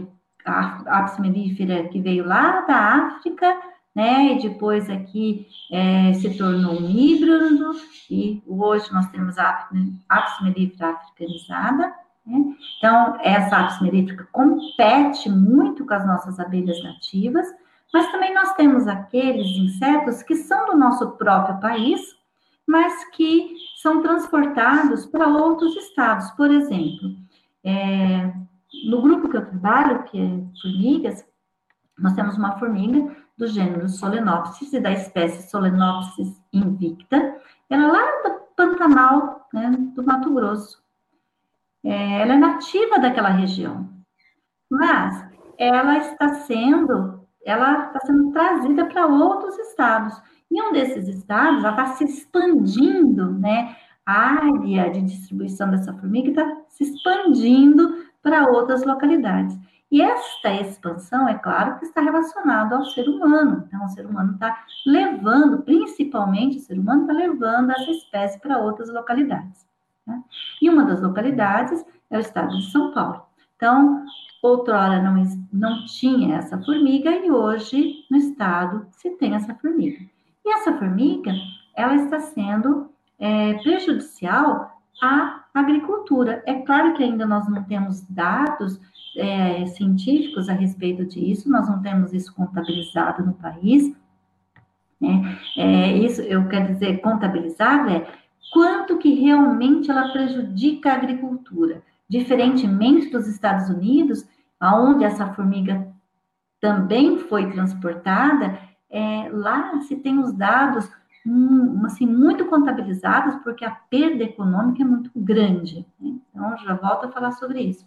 a Apis mellifera que veio lá da África, né? E depois aqui é, se tornou um híbrido, e hoje nós temos a Apis mellifera africanizada, né? Então, essa Apis mellifera compete muito com as nossas abelhas nativas, mas também nós temos aqueles insetos que são do nosso próprio país, mas que são transportados para outros estados. Por exemplo, é, no grupo que eu trabalho, que é formigas, nós temos uma formiga do gênero Solenopsis e da espécie Solenopsis invicta, ela é lá do Pantanal, né, do Mato Grosso. É, ela é nativa daquela região, mas ela está sendo, ela está sendo trazida para outros estados. E um desses estados, ela está se expandindo, né? A área de distribuição dessa formiga está se expandindo para outras localidades. E esta expansão, é claro, que está relacionada ao ser humano. Então, o ser humano está levando, principalmente o ser humano está levando essa espécie para outras localidades. Né? E uma das localidades é o estado de São Paulo. Então, outrora não, não tinha essa formiga e hoje no estado se tem essa formiga. E essa formiga, ela está sendo é, prejudicial à agricultura. É claro que ainda nós não temos dados É, científicos a respeito disso, nós não temos isso contabilizado no país, né? É, isso, eu quero dizer, contabilizado é quanto que realmente ela prejudica a agricultura, diferentemente dos Estados Unidos, onde essa formiga também foi transportada, é, lá se tem os dados hum, assim, muito contabilizados, porque a perda econômica é muito grande, né? Então, já volto a falar sobre isso.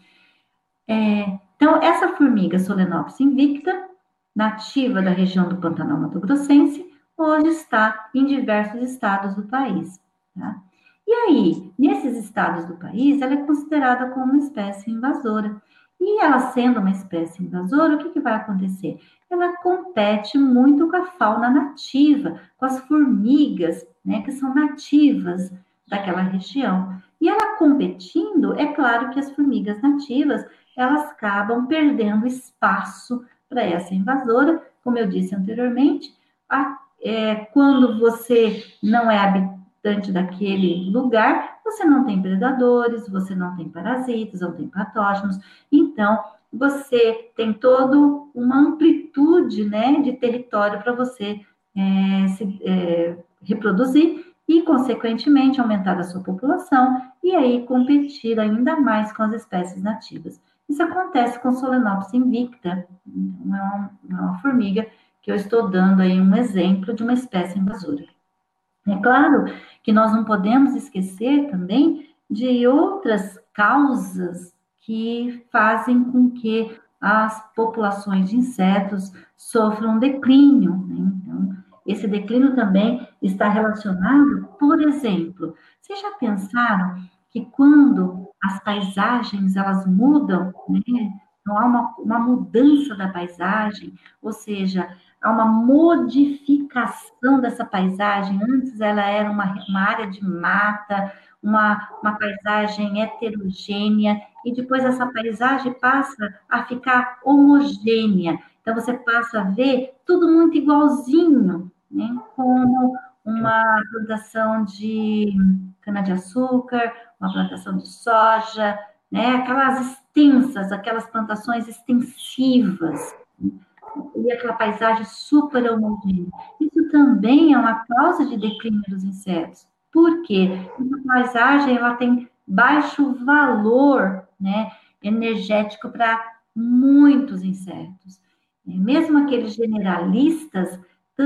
É, então, essa formiga Solenopsis invicta, nativa da região do Pantanal Mato Grossense, hoje está em diversos estados do país. Tá? E aí, nesses estados do país, ela é considerada como uma espécie invasora. E ela sendo uma espécie invasora, o que, que vai acontecer? Ela compete muito com a fauna nativa, com as formigas, né, que são nativas daquela região. E ela competindo, é claro que as formigas nativas elas acabam perdendo espaço para essa invasora. Como eu disse anteriormente, a, é, quando você não é habitante daquele lugar, você não tem predadores, você não tem parasitas, não tem patógenos, então você tem toda uma amplitude, né, de território para você é, se é, reproduzir e, consequentemente, aumentar a sua população e aí competir ainda mais com as espécies nativas. Isso acontece com Solenopsis invicta, é uma, uma formiga que eu estou dando aí um exemplo de uma espécie invasora. É claro que nós não podemos esquecer também de outras causas que fazem com que as populações de insetos sofram declínio, né? Então, esse declínio também está relacionado, por exemplo, vocês já pensaram que quando as paisagens elas mudam, né? Então há uma, uma mudança da paisagem, ou seja, há uma modificação dessa paisagem. Antes ela era uma, uma área de mata, uma, uma paisagem heterogênea, e depois essa paisagem passa a ficar homogênea. Então você passa a ver tudo muito igualzinho, né? Como uma plantação de cana-de-açúcar, uma plantação de soja, né? Aquelas extensas, aquelas plantações extensivas, e aquela paisagem super homogênea. Isso também é uma causa de declínio dos insetos, Por quê? Porque a paisagem ela tem baixo valor, né, energético para muitos insetos. Mesmo aqueles generalistas,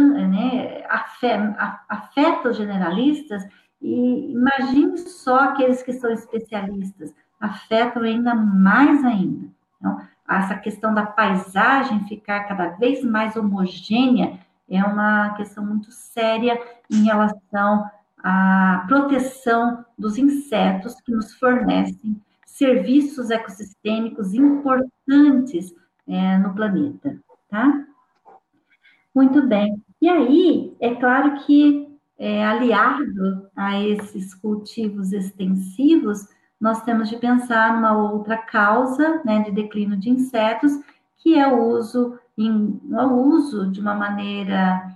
né, afeta os generalistas, e imagine só aqueles que são especialistas, afetam ainda mais ainda. Então, essa questão da paisagem ficar cada vez mais homogênea é uma questão muito séria em relação à proteção dos insetos que nos fornecem serviços ecossistêmicos importantes é, no planeta, tá? Muito bem. E aí, é claro que, é, aliado a esses cultivos extensivos, nós temos de pensar numa outra causa, né, de declínio de insetos, que é o uso, em, o uso de uma maneira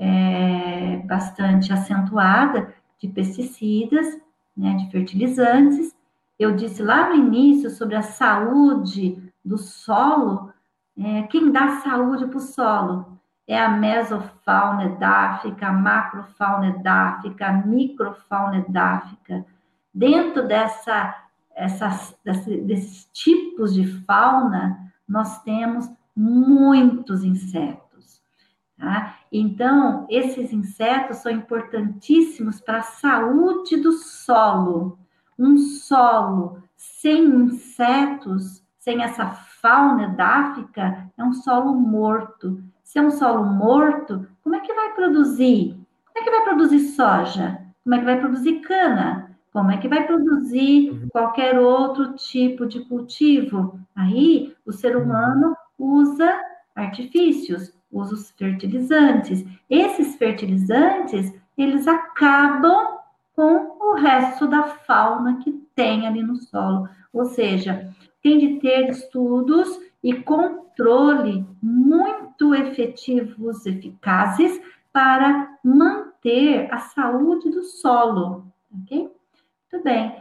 é, bastante acentuada de pesticidas, né, de fertilizantes. Eu disse lá no início sobre a saúde do solo. É, quem dá saúde para o solo é a mesofauna edáfica, a macrofauna edáfica, a microfauna edáfica. Dentro dessa, essas, desse, desses tipos de fauna, nós temos muitos insetos. Tá? Então, esses insetos são importantíssimos para a saúde do solo. Um solo sem insetos, sem essa fauna edáfica, é um solo morto. Se é um solo morto, como é que vai produzir? Como é que vai produzir soja? Como é que vai produzir cana? Como é que vai produzir qualquer outro tipo de cultivo? Aí, o ser humano usa artifícios, usa os fertilizantes. Esses fertilizantes, eles acabam com o resto da fauna que tem ali no solo. Ou seja, tem de ter estudos e controle muito efetivos, eficazes, para manter a saúde do solo, ok? Muito bem.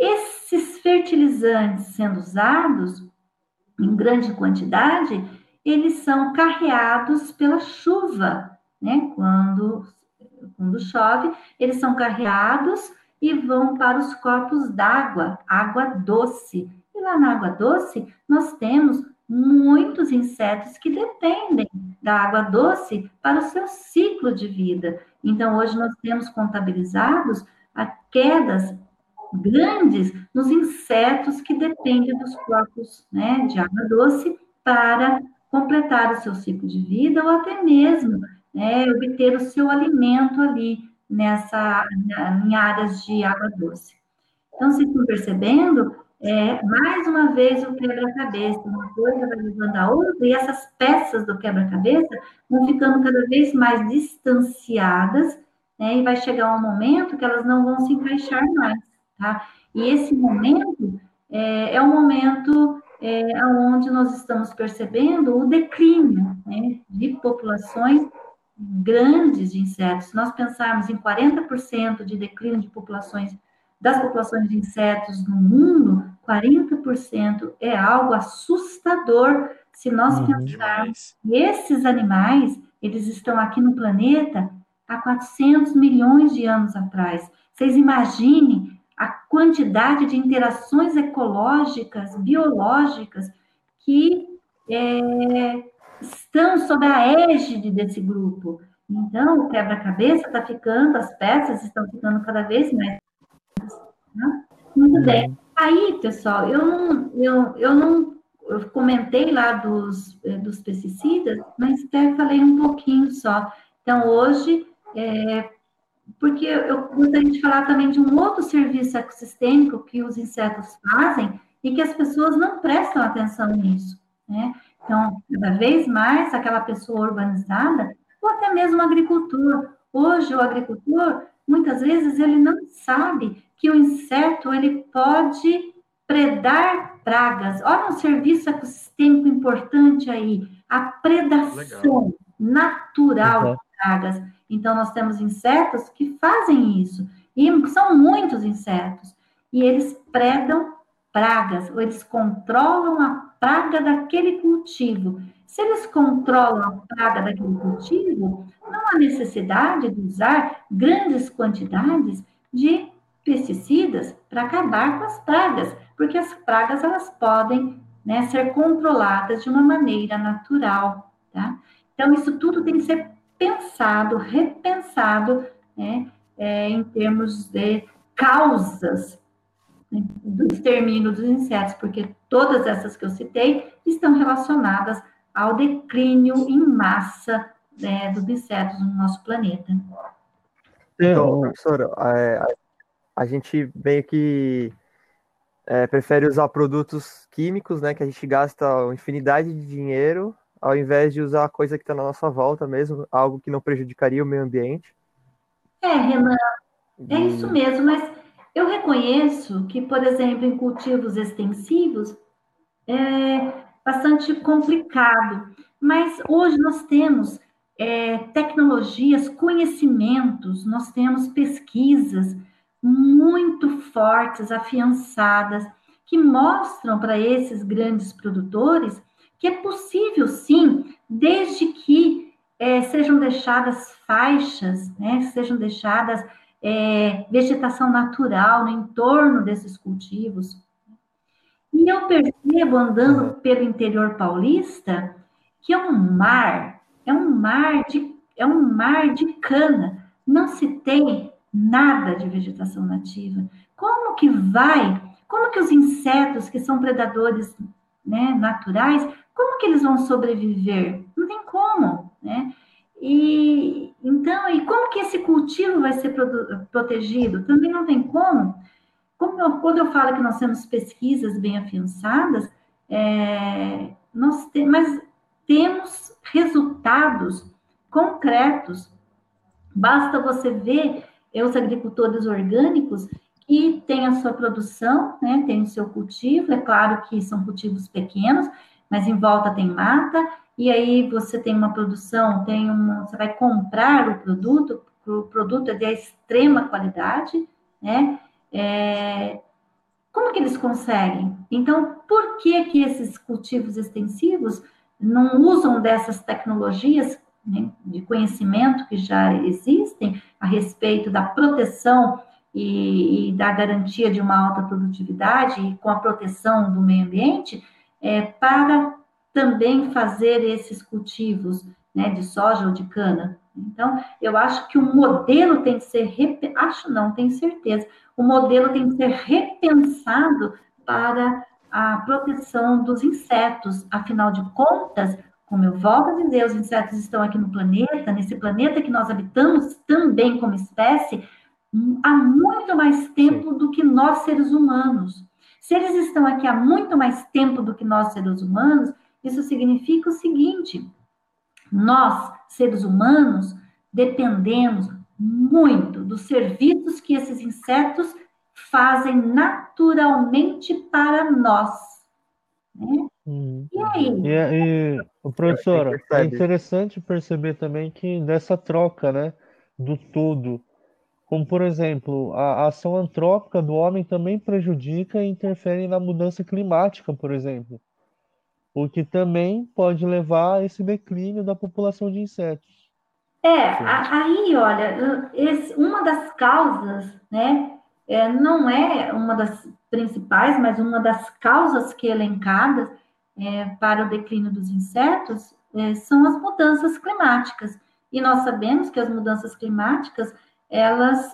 Esses fertilizantes sendo usados em grande quantidade, eles são carreados pela chuva, né? Quando, quando chove, eles são carreados e vão para os corpos d'água, água doce. E lá na água doce, nós temos muitos insetos que dependem da água doce para o seu ciclo de vida. Então, hoje nós temos contabilizados a quedas grandes nos insetos que dependem dos corpos, né, de água doce para completar o seu ciclo de vida ou até mesmo, né, obter o seu alimento ali nessa, em áreas de água doce. Então, vocês estão percebendo, é, mais uma vez o quebra-cabeça, uma coisa vai levando a outra, e essas peças do quebra-cabeça vão ficando cada vez mais distanciadas, né, e vai chegar um momento que elas não vão se encaixar mais. Tá? E esse momento é, é um momento é, onde nós estamos percebendo o declínio, né, de populações grandes de insetos. Se nós pensarmos em quarenta por cento de declínio de populações, das populações de insetos no mundo, quarenta por cento é algo assustador se nós Uhum. pensarmos que esses animais, eles estão aqui no planeta há quatrocentos milhões de anos atrás. Vocês imaginem a quantidade de interações ecológicas, biológicas, que é, estão sob a égide desse grupo. Então, o quebra-cabeça está ficando, as peças estão ficando cada vez mais. Né? Muito bem. Aí, pessoal, eu não, eu, eu não eu comentei lá dos, dos pesticidas, mas até falei um pouquinho só. Então, hoje, é, porque eu gostaria de falar também de um outro serviço ecossistêmico que os insetos fazem e que as pessoas não prestam atenção nisso, né? Então, cada vez mais, aquela pessoa urbanizada, ou até mesmo o agricultor. Hoje, o agricultor, muitas vezes, ele não sabe que o inseto, ele pode predar pragas. Olha um serviço ecossistêmico importante aí, a predação Legal. natural uhum. de pragas. Então, nós temos insetos que fazem isso, e são muitos insetos, e eles predam pragas, ou eles controlam a praga daquele cultivo. Se eles controlam a praga daquele cultivo, não há necessidade de usar grandes quantidades de pesticidas para acabar com as pragas, porque as pragas elas podem, né, ser controladas de uma maneira natural, tá? Então, isso tudo tem que ser pensado, repensado, né, é, em termos de causas, né, do extermínio dos insetos, porque todas essas que eu citei estão relacionadas ao declínio em massa, né, dos insetos no nosso planeta. Então, professora, é, a, a gente meio que é, prefere usar produtos químicos, né, que a gente gasta uma infinidade de dinheiro, ao invés de usar a coisa que está na nossa volta mesmo, algo que não prejudicaria o meio ambiente. É, Renan, é E isso mesmo, mas eu reconheço que, por exemplo, em cultivos extensivos, é bastante complicado, mas hoje nós temos é, tecnologias, conhecimentos, nós temos pesquisas muito fortes, afiançadas, que mostram para esses grandes produtores que é possível, sim, desde que é, sejam deixadas faixas, né, sejam deixadas é, vegetação natural no entorno desses cultivos. E eu percebo, andando pelo interior paulista, que é um mar, é um mar de, é um mar de cana. Não se tem nada de vegetação nativa. Como que vai? Como que os insetos, que são predadores, né, naturais, como que eles vão sobreviver? Não tem como, né? E então, e como que esse cultivo vai ser produ- protegido? Também não tem como. Como eu, quando eu falo que nós temos pesquisas bem afiançadas, é, nós te, mas temos resultados concretos. Basta você ver é, os agricultores orgânicos que têm a sua produção, né, tem o seu cultivo, é claro que são cultivos pequenos, mas em volta tem mata, e aí você tem uma produção, tem uma, você vai comprar o produto, o produto é de extrema qualidade, né? É, como que eles conseguem? Então, por que que esses cultivos extensivos não usam dessas tecnologias, né, de conhecimento que já existem a respeito da proteção e, e da garantia de uma alta produtividade e com a proteção do meio ambiente, é, para também fazer esses cultivos, né, de soja ou de cana? Então, eu acho que o modelo tem que ser, acho não, tenho certeza, o modelo tem que ser repensado para a proteção dos insetos. Afinal de contas, como eu volto a dizer, os insetos estão aqui no planeta, nesse planeta que nós habitamos também como espécie, há muito mais tempo Sim. do que nós, seres humanos. Se eles estão aqui há muito mais tempo do que nós, seres humanos, isso significa o seguinte: nós, seres humanos, dependemos muito dos serviços que esses insetos fazem naturalmente para nós. Né? Hum. E aí? E, e, professora, é interessante perceber também que nessa troca, né, do todo, como por exemplo, a, a ação antrópica do homem também prejudica e interfere na mudança climática, por exemplo, o que também pode levar a esse declínio da população de insetos. É, a, aí, olha, esse, uma das causas, né, é, não é uma das principais, mas uma das causas que elencadas é, para o declínio dos insetos é, são as mudanças climáticas. E nós sabemos que as mudanças climáticas, elas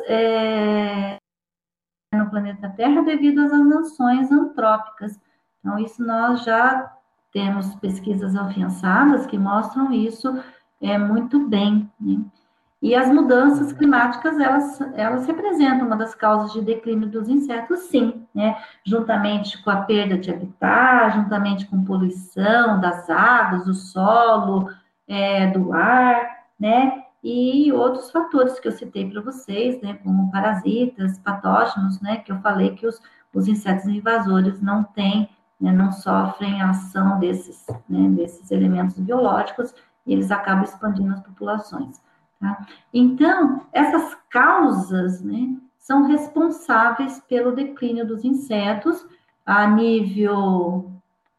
é, no planeta Terra devido às ações antrópicas. Então, isso nós já temos pesquisas afiançadas que mostram isso é, muito bem, né? E as mudanças climáticas, elas, elas representam uma das causas de declínio dos insetos, sim, né? Juntamente com a perda de habitat, juntamente com poluição das águas, do solo, é, do ar, né? E outros fatores que eu citei para vocês, né? Como parasitas, patógenos, né? Que eu falei que os, os insetos invasores não têm, né? Não sofrem a ação desses, né? Desses elementos biológicos e eles acabam expandindo as populações. Tá? Então, essas causas, né, são responsáveis pelo declínio dos insetos a nível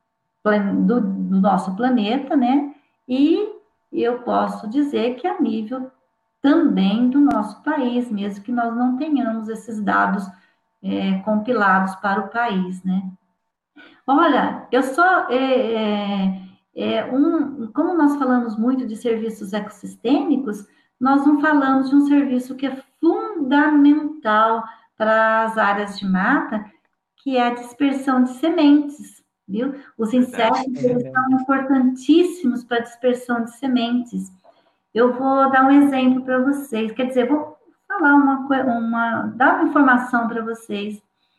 do, do nosso planeta, né? E eu posso dizer que a nível também do nosso país, mesmo que nós não tenhamos esses dados é, compilados para o país, né? Olha, eu só, é, é, é, um, como nós falamos muito de serviços ecossistêmicos, nós não falamos de um serviço que é fundamental para as áreas de mata, que é a dispersão de sementes, viu? Os insetos, eles são importantíssimos para a dispersão de sementes. Eu vou dar um exemplo para vocês, quer dizer, vou falar uma, uma dar uma informação para vocês.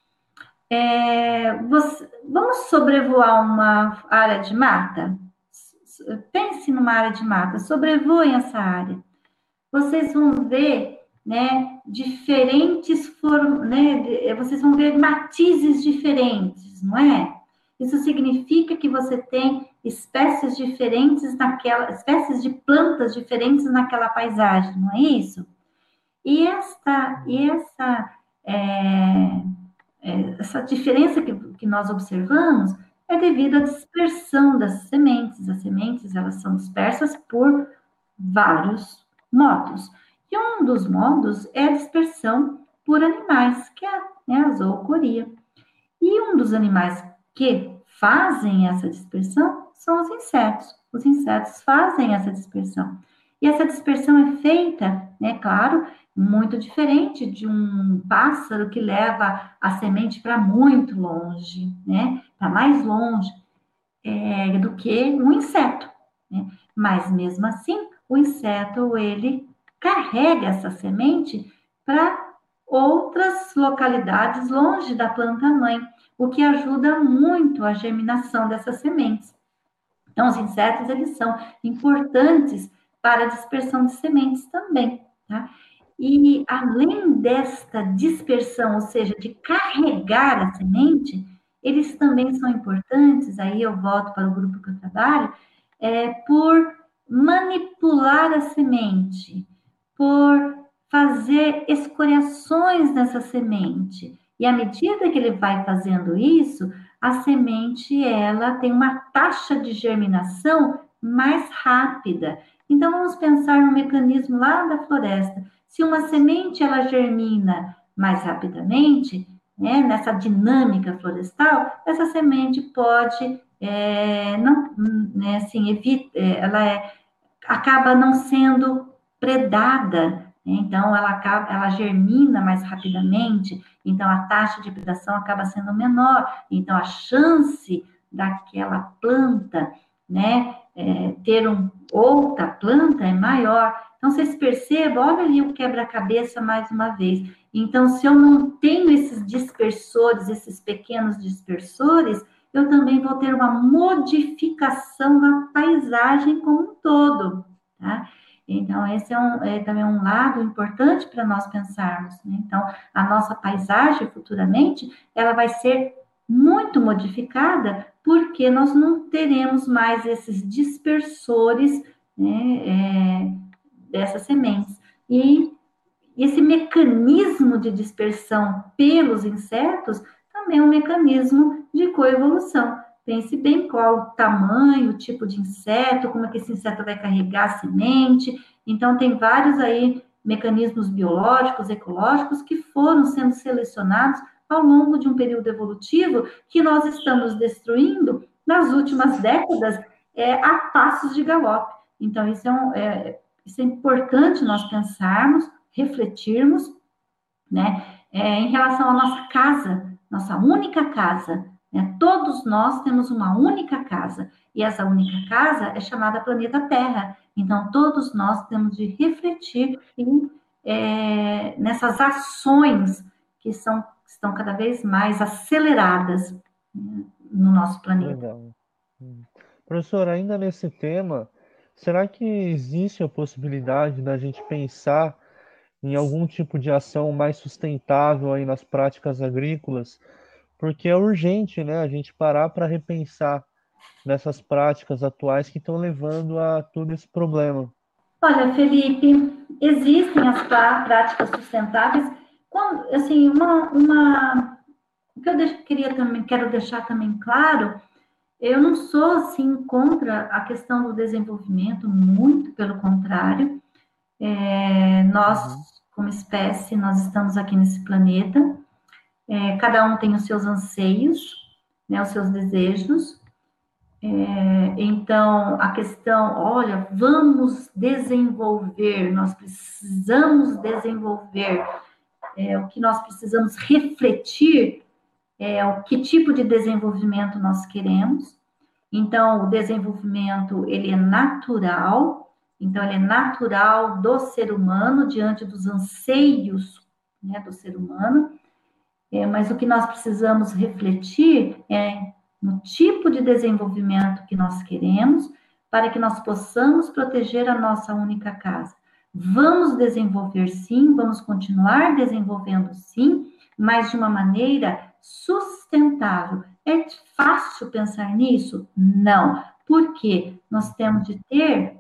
É, você, vamos sobrevoar uma área de mata? Pense numa área de mata, sobrevoem essa área. Vocês vão ver, né, diferentes formas, né, vocês vão ver matizes diferentes, não é? Isso significa que você tem espécies diferentes naquela, espécies de plantas diferentes naquela paisagem, não é isso? E esta, e essa, é, é, essa diferença que, que nós observamos é devido à dispersão das sementes. As sementes, elas são dispersas por vários modos. E um dos modos é a dispersão por animais, que é, né, a zoocoria. E um dos animais que fazem essa dispersão são os insetos. Os insetos fazem essa dispersão. E essa dispersão é feita, né, claro, muito diferente de um pássaro que leva a semente para muito longe, né, para mais longe é, do que um inseto, né? Mas mesmo assim, o inseto, ele carrega essa semente para outras localidades longe da planta-mãe, o que ajuda muito a germinação dessas sementes. Então, os insetos, eles são importantes para a dispersão de sementes também, tá? E, além desta dispersão, ou seja, de carregar a semente, eles também são importantes, aí eu volto para o grupo que eu trabalho, é, por manipular a semente, por fazer escoriações nessa semente. E à medida que ele vai fazendo isso, a semente, ela tem uma taxa de germinação mais rápida. Então, vamos pensar no mecanismo lá da floresta. Se uma semente, ela germina mais rapidamente, né, nessa dinâmica florestal, essa semente pode, é, não, né, assim, evita, ela é, acaba não sendo predada, né? Então ela, acaba, ela germina mais rapidamente, então a taxa de predação acaba sendo menor, então a chance daquela planta, né, é, ter um, outra planta é maior. Então, vocês percebam, olha ali o quebra-cabeça mais uma vez. Então, se eu não tenho esses dispersores, esses pequenos dispersores, eu também vou ter uma modificação na paisagem como um todo, tá? Então, esse é, um, é também um lado importante para nós pensarmos, né? Então, a nossa paisagem, futuramente, ela vai ser muito modificada, porque nós não teremos mais esses dispersores, né, é, dessas sementes. E esse mecanismo de dispersão pelos insetos também é um mecanismo de coevolução. Pense bem qual o tamanho, o tipo de inseto, como é que esse inseto vai carregar a semente. Então, tem vários aí mecanismos biológicos, ecológicos, que foram sendo selecionados ao longo de um período evolutivo que nós estamos destruindo nas últimas décadas é, a passos de galope. Então, isso é, um, é, isso é importante nós pensarmos, refletirmos, né, é, em relação à nossa casa, nossa única casa, né? Todos nós temos uma única casa, e essa única casa é chamada planeta Terra. Então, todos nós temos de refletir em, é, nessas ações que são, estão cada vez mais aceleradas, né, no nosso planeta. Legal. Professor, ainda nesse tema, será que existe a possibilidade da gente pensar em algum tipo de ação mais sustentável aí nas práticas agrícolas? Porque é urgente, né, a gente parar para repensar nessas práticas atuais que estão levando a todo esse problema. Olha, Felipe, existem as práticas sustentáveis. Quando, assim, uma, uma, o que eu queria também, quero deixar também claro, eu não sou, assim, contra a questão do desenvolvimento, muito pelo contrário. É, nós, como espécie, nós estamos aqui nesse planeta, é, cada um tem os seus anseios, né, os seus desejos. É, então, a questão, olha, vamos desenvolver, nós precisamos desenvolver, é, o que nós precisamos refletir é o que tipo de desenvolvimento nós queremos. Então, o desenvolvimento, ele é natural, então, ele é natural do ser humano, diante dos anseios, né, do ser humano, é, mas o que nós precisamos refletir é no tipo de desenvolvimento que nós queremos, para que nós possamos proteger a nossa única casa. Vamos desenvolver sim, vamos continuar desenvolvendo sim, mas de uma maneira sustentável. É fácil pensar nisso? Não. Por quê? Nós temos de ter,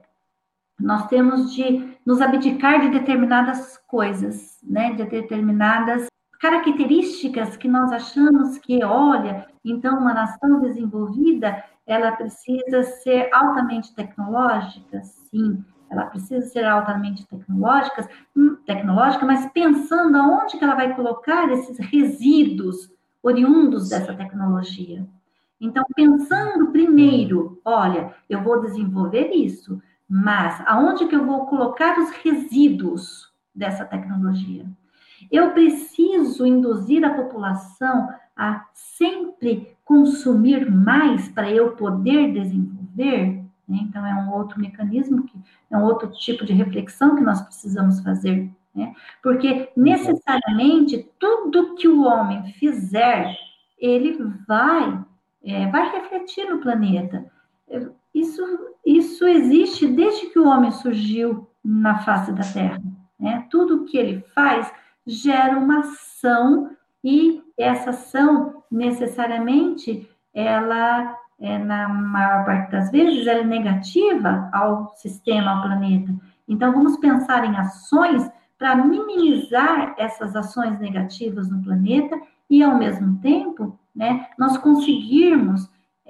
nós temos de nos abdicar de determinadas coisas, né? De determinadas características que nós achamos que, olha, então uma nação desenvolvida, ela precisa ser altamente tecnológica, sim, ela precisa ser altamente tecnológica, tecnológica, mas pensando aonde que ela vai colocar esses resíduos oriundos dessa tecnologia. Então, pensando primeiro, olha, eu vou desenvolver isso, mas aonde que eu vou colocar os resíduos dessa tecnologia? Eu preciso induzir a população a sempre consumir mais para eu poder desenvolver, né? Então, é um outro mecanismo, que é um outro tipo de reflexão que nós precisamos fazer, né? Porque, necessariamente, tudo que o homem fizer, ele vai, é, vai refletir no planeta. Isso, isso existe desde que o homem surgiu na face da Terra, né? Tudo que ele faz gera uma ação, e essa ação, necessariamente, ela, é, na maior parte das vezes, ela é negativa ao sistema, ao planeta. Então, vamos pensar em ações para minimizar essas ações negativas no planeta e, ao mesmo tempo, né, nós conseguirmos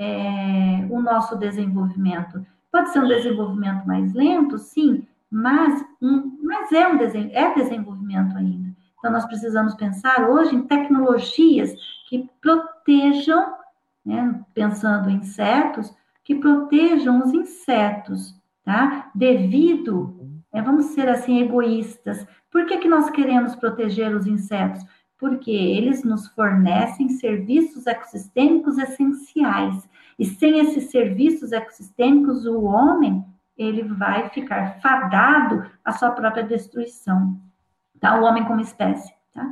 é, o nosso desenvolvimento. Pode ser um desenvolvimento mais lento, sim, mas, um, mas é um desen- é desenvolvimento ainda. Então, nós precisamos pensar hoje em tecnologias que protejam, né, pensando em insetos, que protejam os insetos, tá? Devido, né, vamos ser assim, egoístas. Por que que nós queremos proteger os insetos? Porque eles nos fornecem serviços ecossistêmicos essenciais. E sem esses serviços ecossistêmicos, o homem, ele vai ficar fadado à sua própria destruição. Tá? O homem como espécie, tá?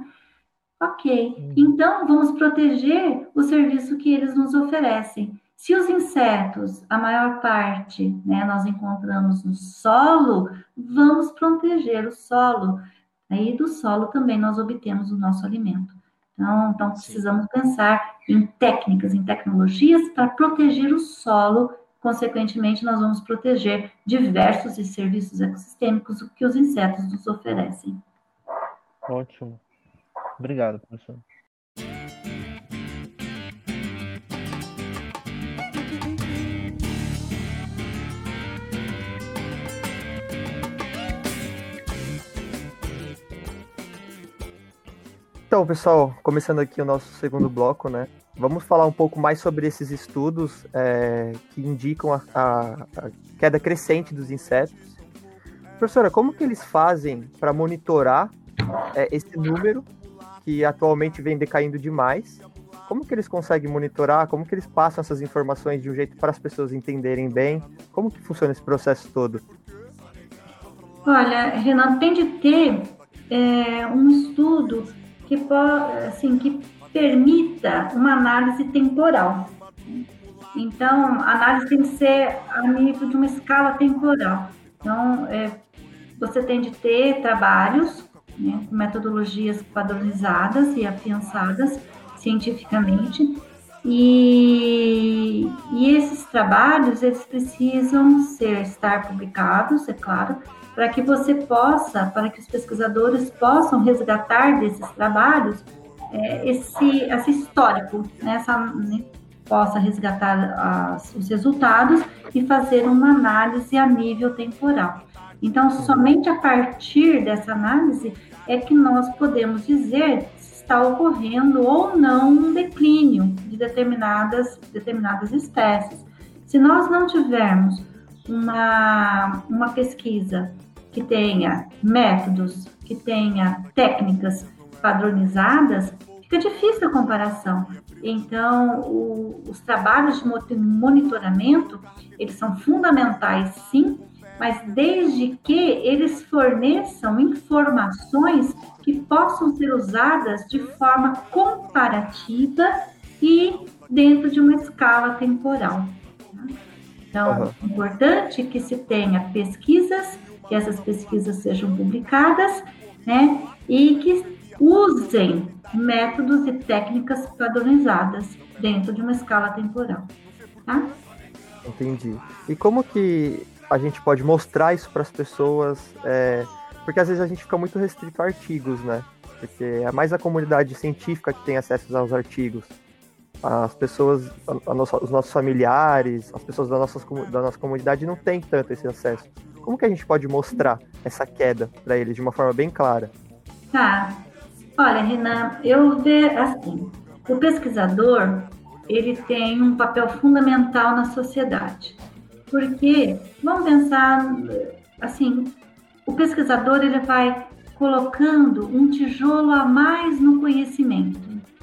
Ok. Então, vamos proteger o serviço que eles nos oferecem. Se os insetos, a maior parte, né, nós encontramos no solo, vamos proteger o solo. Aí, do solo também nós obtemos o nosso alimento. Então, então precisamos pensar em técnicas, em tecnologias para proteger o solo. Consequentemente, nós vamos proteger diversos serviços ecossistêmicos que os insetos nos oferecem. Ótimo. Obrigado, professor. Então, pessoal, começando aqui o nosso segundo bloco, né? Vamos falar um pouco mais sobre esses estudos é, que indicam a, a, a queda crescente dos insetos. Professora, como que eles fazem para monitorar é, esse número que atualmente vem decaindo demais? Como que eles conseguem monitorar? Como que eles passam essas informações de um jeito para as pessoas entenderem bem? Como que funciona esse processo todo? Olha, Renato, tem de ter é, um estudo que, assim, que permita uma análise temporal. Então, a análise tem que ser a nível de uma escala temporal. Então, é, você tem de ter trabalhos, né, com metodologias padronizadas e afiançadas cientificamente, e, e esses trabalhos, eles precisam ser, estar publicados, é claro, para que você possa, para que os pesquisadores possam resgatar desses trabalhos é, esse, esse histórico, né, essa, né, possa resgatar as, os resultados e fazer uma análise a nível temporal. Então, somente a partir dessa análise é que nós podemos dizer se está ocorrendo ou não um declínio de determinadas, determinadas espécies. Se nós não tivermos uma, uma pesquisa que tenha métodos, que tenha técnicas padronizadas, fica difícil a comparação. Então, o, os trabalhos de monitoramento, eles são fundamentais, sim, mas desde que eles forneçam informações que possam ser usadas de forma comparativa e dentro de uma escala temporal. Então, uhum. É importante que se tenha pesquisas, que essas pesquisas sejam publicadas, né, e que usem métodos e técnicas padronizadas dentro de uma escala temporal, tá? Entendi. E como que a gente pode mostrar isso para as pessoas? É... Porque às vezes a gente fica muito restrito a artigos, né? Porque é mais a comunidade científica que tem acesso aos artigos. As pessoas, a, a nossa, os nossos familiares, as pessoas da nossa, da nossa comunidade não têm tanto esse acesso. Como que a gente pode mostrar essa queda para eles de uma forma bem clara? Tá. Olha, Renan, eu vejo assim, o pesquisador, ele tem um papel fundamental na sociedade. Porque, vamos pensar, assim, o pesquisador, ele vai colocando um tijolo a mais no conhecimento.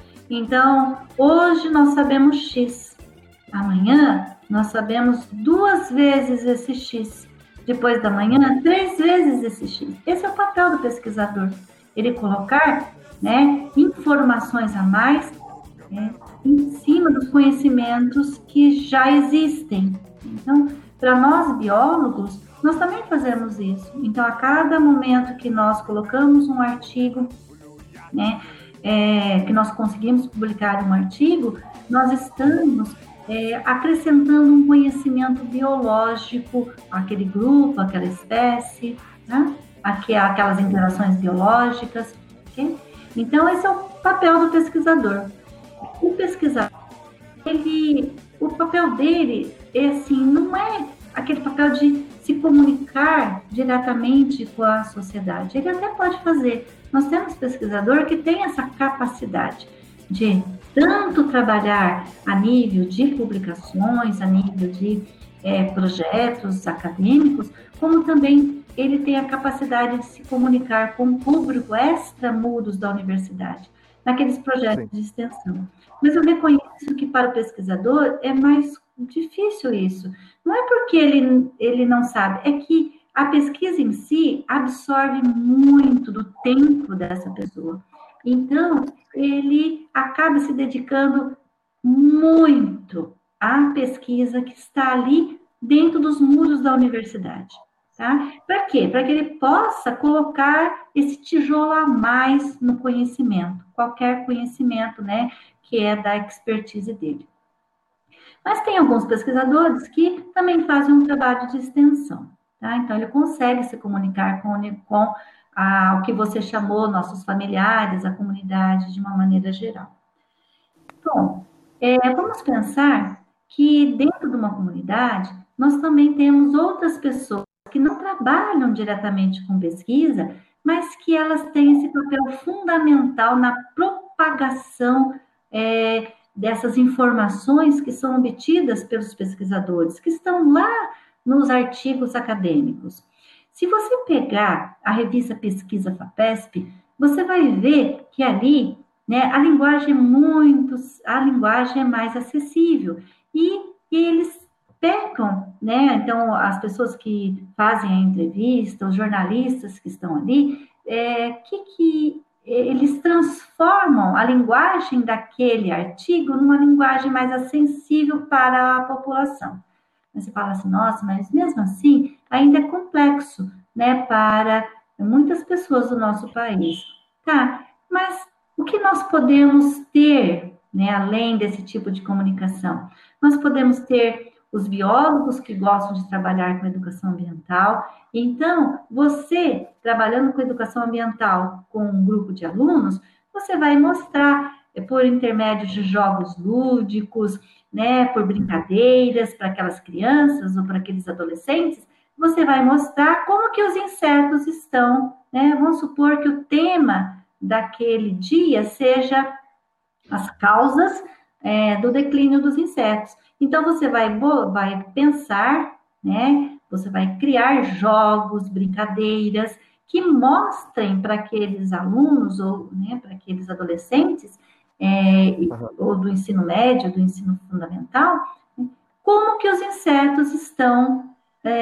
Então, hoje nós sabemos X, amanhã nós sabemos duas vezes esse X, depois da manhã, três vezes esse X. Esse é o papel do pesquisador, ele colocar, né, informações a mais, né, em cima dos conhecimentos que já existem. Então, para nós biólogos, nós também fazemos isso. Então, a cada momento que nós colocamos um artigo, né, é, que nós conseguimos publicar um artigo, nós estamos é, acrescentando um conhecimento biológico àquele grupo, àquela espécie, né, aquelas interações biológicas, ok? Então, esse é o papel do pesquisador. O pesquisador, ele, o papel dele é assim, não é aquele papel de se comunicar diretamente com a sociedade. Ele até pode fazer. Nós temos pesquisador que tem essa capacidade de tanto trabalhar a nível de publicações, a nível de é, projetos acadêmicos, como também ele tem a capacidade de se comunicar com o público extramuros da universidade, naqueles projetos Sim. de extensão. Mas eu reconheço que para o pesquisador é mais difícil isso. Não é porque ele, ele não sabe, é que a pesquisa em si absorve muito do tempo dessa pessoa. Então, ele acaba se dedicando muito à pesquisa que está ali dentro dos muros da universidade. Tá? Para quê? Para que ele possa colocar esse tijolo a mais no conhecimento, qualquer conhecimento, né, que é da expertise dele. Mas tem alguns pesquisadores que também fazem um trabalho de extensão, tá? Então, ele consegue se comunicar com, com a, o que você chamou, nossos familiares, a comunidade, de uma maneira geral. Bom, é, vamos pensar que dentro de uma comunidade, nós também temos outras pessoas que não trabalham diretamente com pesquisa, mas que elas têm esse papel fundamental na propagação é, dessas informações que são obtidas pelos pesquisadores, que estão lá nos artigos acadêmicos. Se você pegar a revista Pesquisa FAPESP, você vai ver que ali, né, a linguagem é muito, a linguagem é mais acessível e, e eles pegam, né, então as pessoas que fazem a entrevista, os jornalistas que estão ali, é, que, que eles transformam a linguagem daquele artigo numa linguagem mais acessível para a população. Você fala assim, nossa, mas mesmo assim ainda é complexo, né, para muitas pessoas do nosso país. Tá, mas o que nós podemos ter, né, além desse tipo de comunicação? Nós podemos ter os biólogos que gostam de trabalhar com educação ambiental. Então, você, trabalhando com educação ambiental com um grupo de alunos, você vai mostrar, por intermédio de jogos lúdicos, né, por brincadeiras para aquelas crianças ou para aqueles adolescentes, você vai mostrar como que os insetos estão, né? Vamos supor que o tema daquele dia seja as causas é, do declínio dos insetos. Então, você vai, vai pensar, né? Você vai criar jogos, brincadeiras, que mostrem para aqueles alunos, ou né, para aqueles adolescentes, é, ou do ensino médio, do ensino fundamental, como que os insetos estão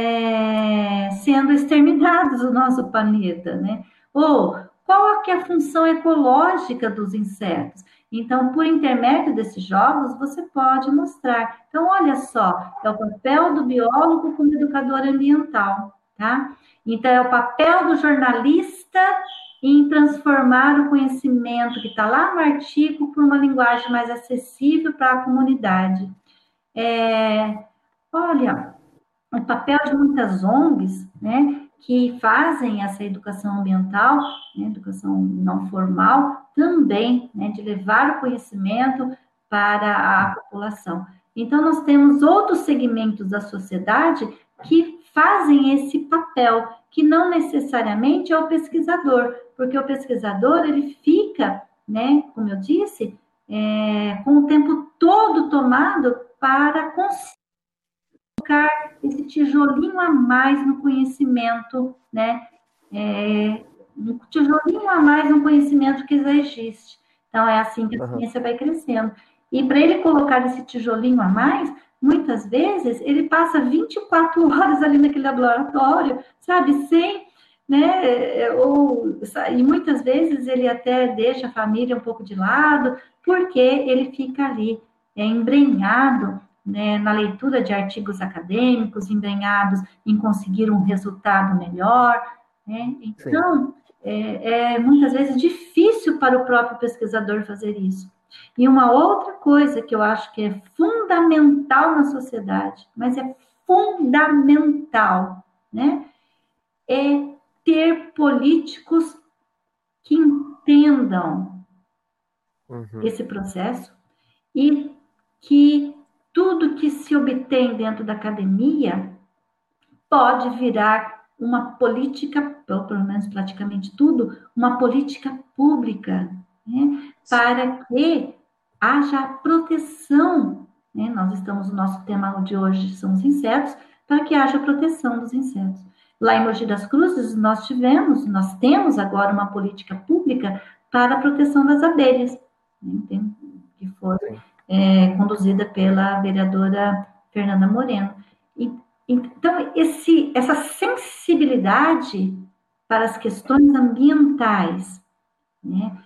é, sendo exterminados no nosso planeta, né? Ou qual que é a função ecológica dos insetos? Então, por intermédio desses jogos, você pode mostrar. Então, olha só, é o papel do biólogo como educador ambiental, tá? Então, é o papel do jornalista em transformar o conhecimento que está lá no artigo para uma linguagem mais acessível para a comunidade. É, olha, o papel de muitas O N Gs, né, que fazem essa educação ambiental, né, educação não formal, também, né, de levar o conhecimento para a população. Então, nós temos outros segmentos da sociedade que fazem esse papel, que não necessariamente é o pesquisador, porque o pesquisador, ele fica, né, como eu disse, é, com o tempo todo tomado para conseguir colocar esse tijolinho a mais no conhecimento, né? É, um tijolinho a mais no conhecimento que já existe. Então, é assim que a Aham. ciência vai crescendo. E para ele colocar esse tijolinho a mais, muitas vezes ele passa vinte e quatro horas ali naquele laboratório, sabe, sem, né, ou, e muitas vezes ele até deixa a família um pouco de lado, porque ele fica ali, é, embrenhado, né, na leitura de artigos acadêmicos, embrenhados em conseguir um resultado melhor, né? Então, é, é muitas vezes difícil para o próprio pesquisador fazer isso. E uma outra coisa que eu acho que é fundamental na sociedade, mas é fundamental, né, é ter políticos que entendam Uhum. esse processo e que tudo que se obtém dentro da academia pode virar uma política, ou pelo menos praticamente tudo, uma política pública, né, para que haja proteção, né? Nós estamos, o nosso tema de hoje são os insetos, para que haja proteção dos insetos. Lá em Mogi das Cruzes, nós tivemos, nós temos agora uma política pública para a proteção das abelhas, né, que foi é, conduzida pela vereadora Fernanda Moreno. E, então, esse, essa sensibilidade para as questões ambientais, né,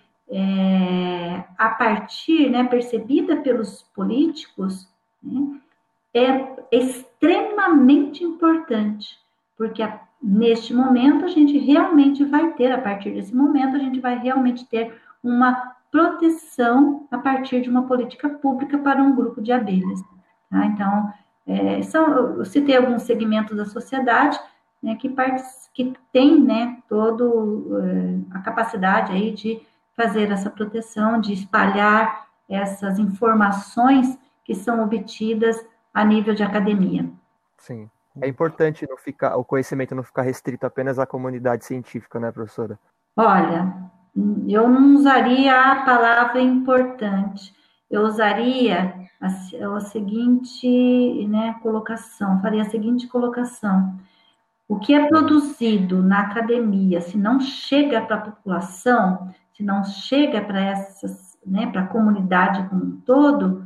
é, a partir, né, percebida pelos políticos, né, é extremamente importante, porque a, neste momento a gente realmente vai ter, a partir desse momento, a gente vai realmente ter uma proteção a partir de uma política pública para um grupo de abelhas. Tá? Então, é, são, eu citei alguns segmentos da sociedade, né, que, part, que tem, né, todo é, a capacidade aí de fazer essa proteção, de espalhar essas informações que são obtidas a nível de academia. Sim. É importante não ficar, o conhecimento não ficar restrito apenas à comunidade científica, né, professora? Olha, eu não usaria a palavra importante, eu usaria a, a seguinte, né, colocação, faria a seguinte colocação. O que é produzido na academia, se não chega para a população, se não chega para essas, né, para a comunidade como um todo,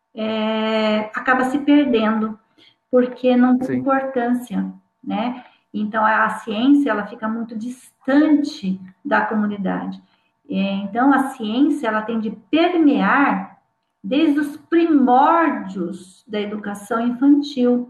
é, acaba se perdendo, porque não tem Sim. importância, né? Então, a ciência, ela fica muito distante da comunidade. Então, a ciência, ela tem de permear desde os primórdios da educação infantil.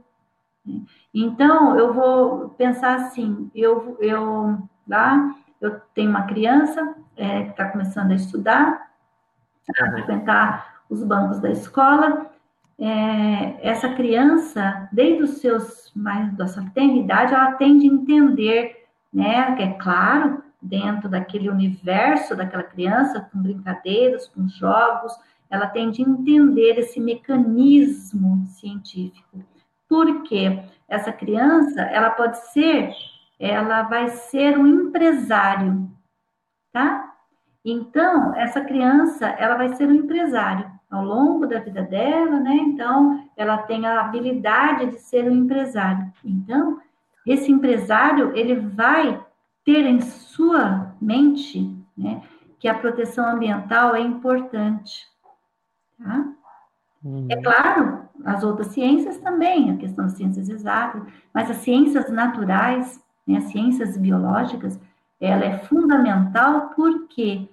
Então, eu vou pensar assim, eu, eu, lá, eu tenho uma criança é, que está começando a estudar, a frequentar os bancos da escola. É, essa criança, desde os seus, mais da sua tenra idade, ela tende a entender, né, que é claro, dentro daquele universo daquela criança, com brincadeiras, com jogos, ela tende a entender esse mecanismo científico. Porque essa criança, ela pode ser, ela vai ser um empresário, tá? Então, essa criança, ela vai ser um empresário ao longo da vida dela, né? Então, ela tem a habilidade de ser um empresário. Então, esse empresário, ele vai ter em sua mente, né, que a proteção ambiental é importante, tá? Uhum. É claro, as outras ciências também, a questão das ciências exatas, mas as ciências naturais, né, as ciências biológicas, ela é fundamental porque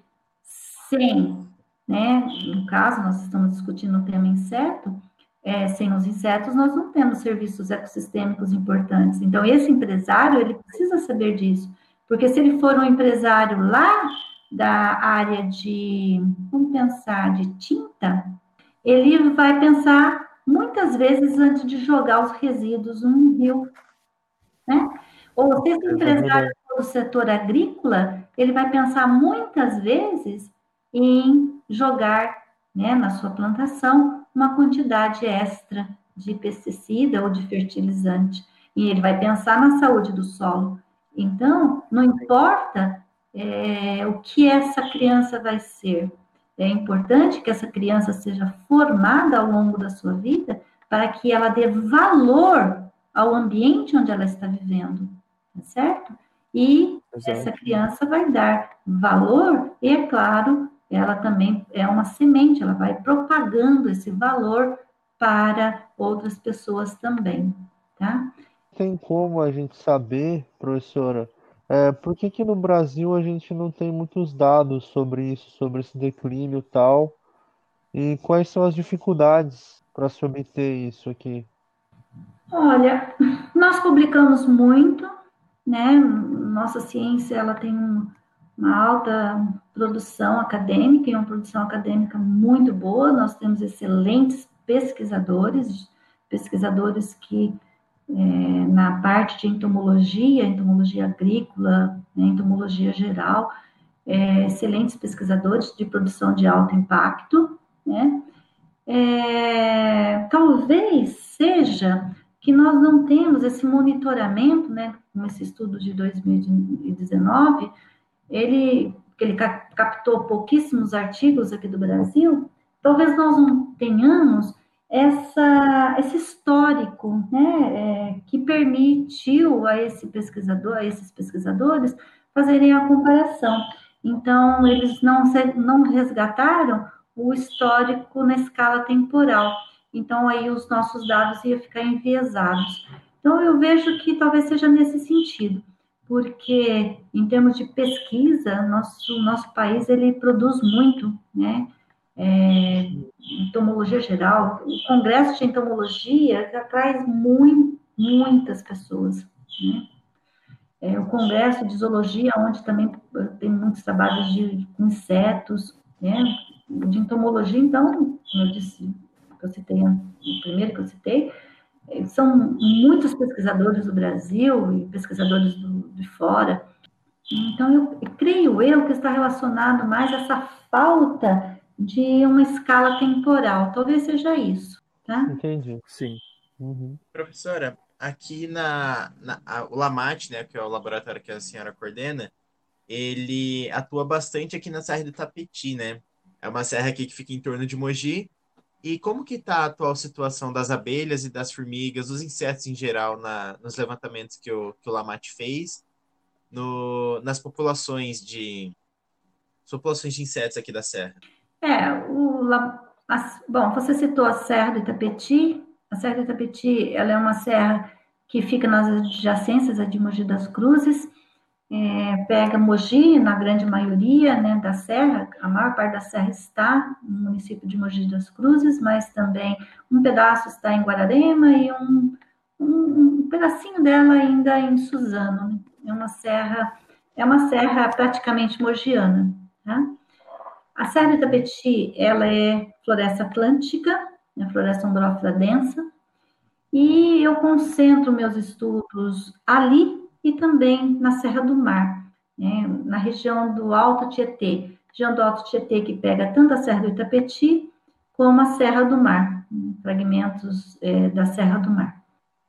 sem, né, no caso, nós estamos discutindo o tema inseto, é, sem os insetos nós não temos serviços ecossistêmicos importantes. Então, esse empresário, ele precisa saber disso, porque se ele for um empresário lá da área de, vamos pensar, de tinta, ele vai pensar muitas vezes antes de jogar os resíduos num rio, né? Ou se esse empresário for do setor agrícola, ele vai pensar muitas vezes em jogar, né, na sua plantação uma quantidade extra de pesticida ou de fertilizante. E ele vai pensar na saúde do solo. Então, não importa é, o que essa criança vai ser. É importante que essa criança seja formada ao longo da sua vida para que ela dê valor ao ambiente onde ela está vivendo, tá certo? E Exato. essa criança vai dar valor e, é claro, ela também é uma semente, ela vai propagando esse valor para outras pessoas também, tá? Tem como a gente saber, professora, é, por que que no Brasil a gente não tem muitos dados sobre isso, sobre esse declínio e tal, e quais são as dificuldades para se obter isso aqui? Olha, nós publicamos muito, né? Nossa ciência, ela tem um- uma alta produção acadêmica e uma produção acadêmica muito boa. Nós temos excelentes pesquisadores, pesquisadores que é, na parte de entomologia, entomologia agrícola, né, entomologia geral, é, excelentes pesquisadores de produção de alto impacto, né? É, talvez seja que nós não temos esse monitoramento, né, com esse estudo de dois mil e dezenove, ele, ele captou pouquíssimos artigos aqui do Brasil, talvez nós não tenhamos essa, esse histórico, né, é, que permitiu a esse pesquisador, a esses pesquisadores fazerem a comparação. Então, eles não, não resgataram o histórico na escala temporal. Então, aí os nossos dados iam ficar enviesados. Então, eu vejo que talvez seja nesse sentido, porque, em termos de pesquisa, nosso, nosso país, ele produz muito, né? É, entomologia geral, o Congresso de Entomologia traz muito, muitas pessoas, né? É, o Congresso de Zoologia, onde também tem muitos trabalhos de insetos, né? De entomologia, então, como eu disse, que eu citei, o primeiro que eu citei, são muitos pesquisadores do Brasil e pesquisadores do, de fora. Então, eu, eu creio eu que está relacionado mais a essa falta de uma escala temporal. Talvez seja isso, tá? Entendi. Sim. Uhum. Professora, aqui na, na a- o LAMAT, né, que é o laboratório que a senhora coordena, ele atua bastante aqui na Serra do Itapetí, né? É uma serra aqui que fica em torno de Mogi. E como que está a atual situação das abelhas e das formigas, dos insetos em geral, na, nos levantamentos que o, que o LAMAT fez, no, nas populações de, as populações de insetos aqui da Serra? É, o, la- as- bom, você citou a Serra do Itapetí. A Serra do Itapetí, ela é uma serra que fica nas adjacências a de Mogi das Cruzes. É, pega Mogi, na grande maioria, né, da serra, a maior parte da serra está no município de Mogi das Cruzes, mas também um pedaço está em Guararema e um, um, um pedacinho dela ainda em Suzano, né? É uma serra, é uma serra praticamente mogiana, tá? A Serra do Itapetí, ela é floresta atlântica, é floresta umbrófila densa, e eu concentro meus estudos ali e também na Serra do Mar, né, na região do Alto Tietê, região do Alto Tietê que pega tanto a Serra do Itapetí como a Serra do Mar, fragmentos é, da Serra do Mar.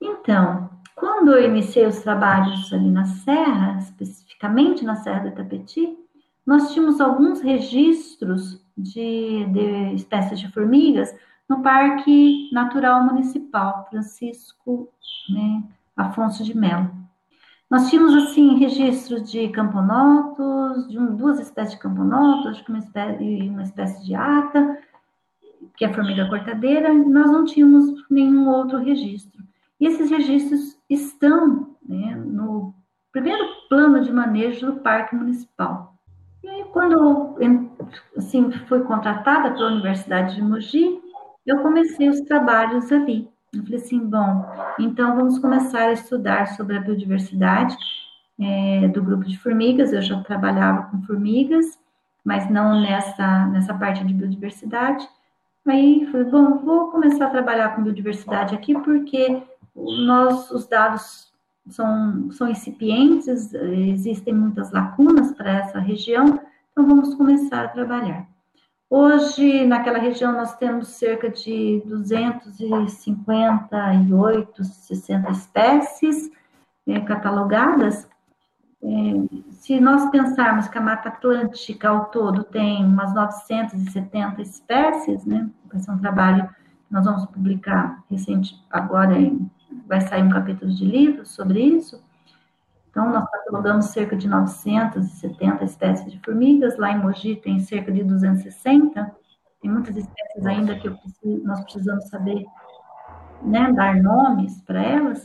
Então, quando eu iniciei os trabalhos ali na Serra, especificamente na Serra do Itapetí, nós tínhamos alguns registros de, de espécies de formigas no Parque Natural Municipal Francisco, né, Afonso de Melo. Nós tínhamos, assim, registros de camponotos, de um, duas espécies de camponotos, acho que uma espécie, uma espécie de ata, que é a formiga cortadeira, nós não tínhamos nenhum outro registro. E esses registros estão, né, no primeiro plano de manejo do Parque Municipal. E aí, quando eu assim, fui contratada pela Universidade de Mogi, eu comecei os trabalhos ali. Eu falei assim, bom, então vamos começar a estudar sobre a biodiversidade é, do grupo de formigas. Eu já trabalhava com formigas, mas não nessa, nessa parte de biodiversidade. Aí falei, bom, vou começar a trabalhar com biodiversidade aqui, porque nós, os dados são, são incipientes, existem muitas lacunas para essa região, então vamos começar a trabalhar. Hoje, naquela região, nós temos cerca de duzentas e cinquenta e oito, sessenta espécies é, catalogadas. É, se nós pensarmos que a Mata Atlântica ao todo tem umas novecentas e setenta espécies, né? Esse é um trabalho que nós vamos publicar recente, agora em, vai sair um capítulo de livro sobre isso. Então, nós catalogamos cerca de novecentas e setenta espécies de formigas, lá em Mogi tem cerca de duzentas e sessenta, tem muitas espécies ainda que eu preciso, nós precisamos saber, né, dar nomes para elas.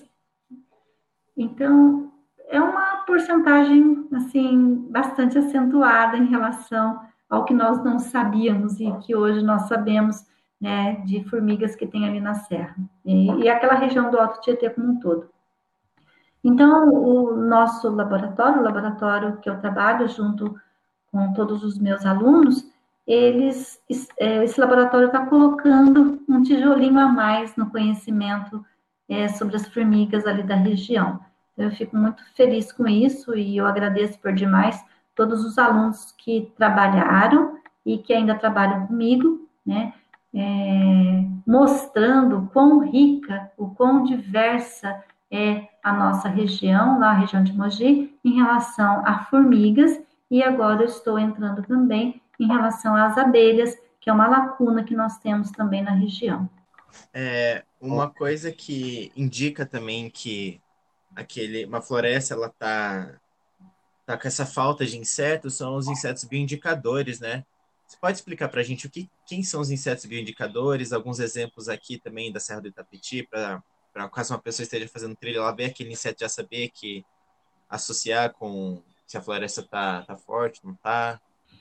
Então, é uma porcentagem, assim, bastante acentuada em relação ao que nós não sabíamos e que hoje nós sabemos, né, de formigas que tem ali na Serra. E, e aquela região do Alto Tietê como um todo. Então, o nosso laboratório, o laboratório que eu trabalho junto com todos os meus alunos, eles, esse laboratório está colocando um tijolinho a mais no conhecimento é, sobre as formigas ali da região. Eu fico muito feliz com isso e eu agradeço por demais todos os alunos que trabalharam e que ainda trabalham comigo, né, é, mostrando o quão rica, o quão diversa é a nossa região, lá a região de Mogi, em relação a formigas, e agora eu estou entrando também em relação às abelhas, que é uma lacuna que nós temos também na região. É, uma coisa que indica também que aquele, uma floresta ela tá, tá com essa falta de insetos são os insetos bioindicadores, né? Você pode explicar para a gente o que, quem são os insetos bioindicadores, alguns exemplos aqui também da Serra do Itapetí, para caso uma pessoa esteja fazendo trilha, ela ver aquele inseto, já saber que associar com se a floresta tá, tá forte, não tá?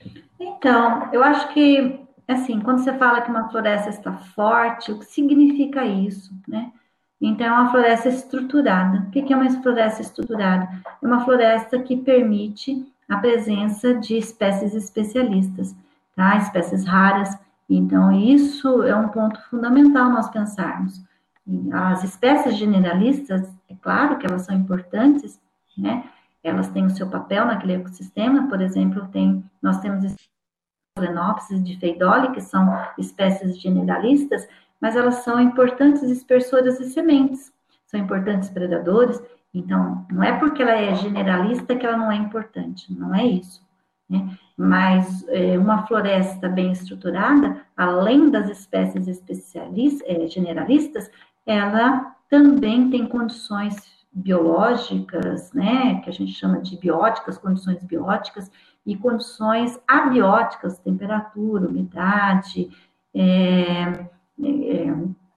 Então, eu acho que, assim, quando você fala que uma floresta está forte, o que significa isso, né? Então, é uma floresta estruturada. O que é uma floresta estruturada? É uma floresta que permite a presença de espécies especialistas, tá? Espécies raras. Então, isso é um ponto fundamental nós pensarmos. As espécies generalistas, é claro que elas são importantes, né? Elas têm o seu papel naquele ecossistema. Por exemplo, tem, nós temos Phalaenopsis de Pheidole, que são espécies generalistas, mas elas são importantes dispersoras de sementes, são importantes predadores. Então, não é porque ela é generalista que ela não é importante, não é isso, né? Mas é, uma floresta bem estruturada, além das espécies especialistas, é, generalistas, ela também tem condições biológicas, né, que a gente chama de bióticas, condições bióticas, e condições abióticas, temperatura, umidade, é, é,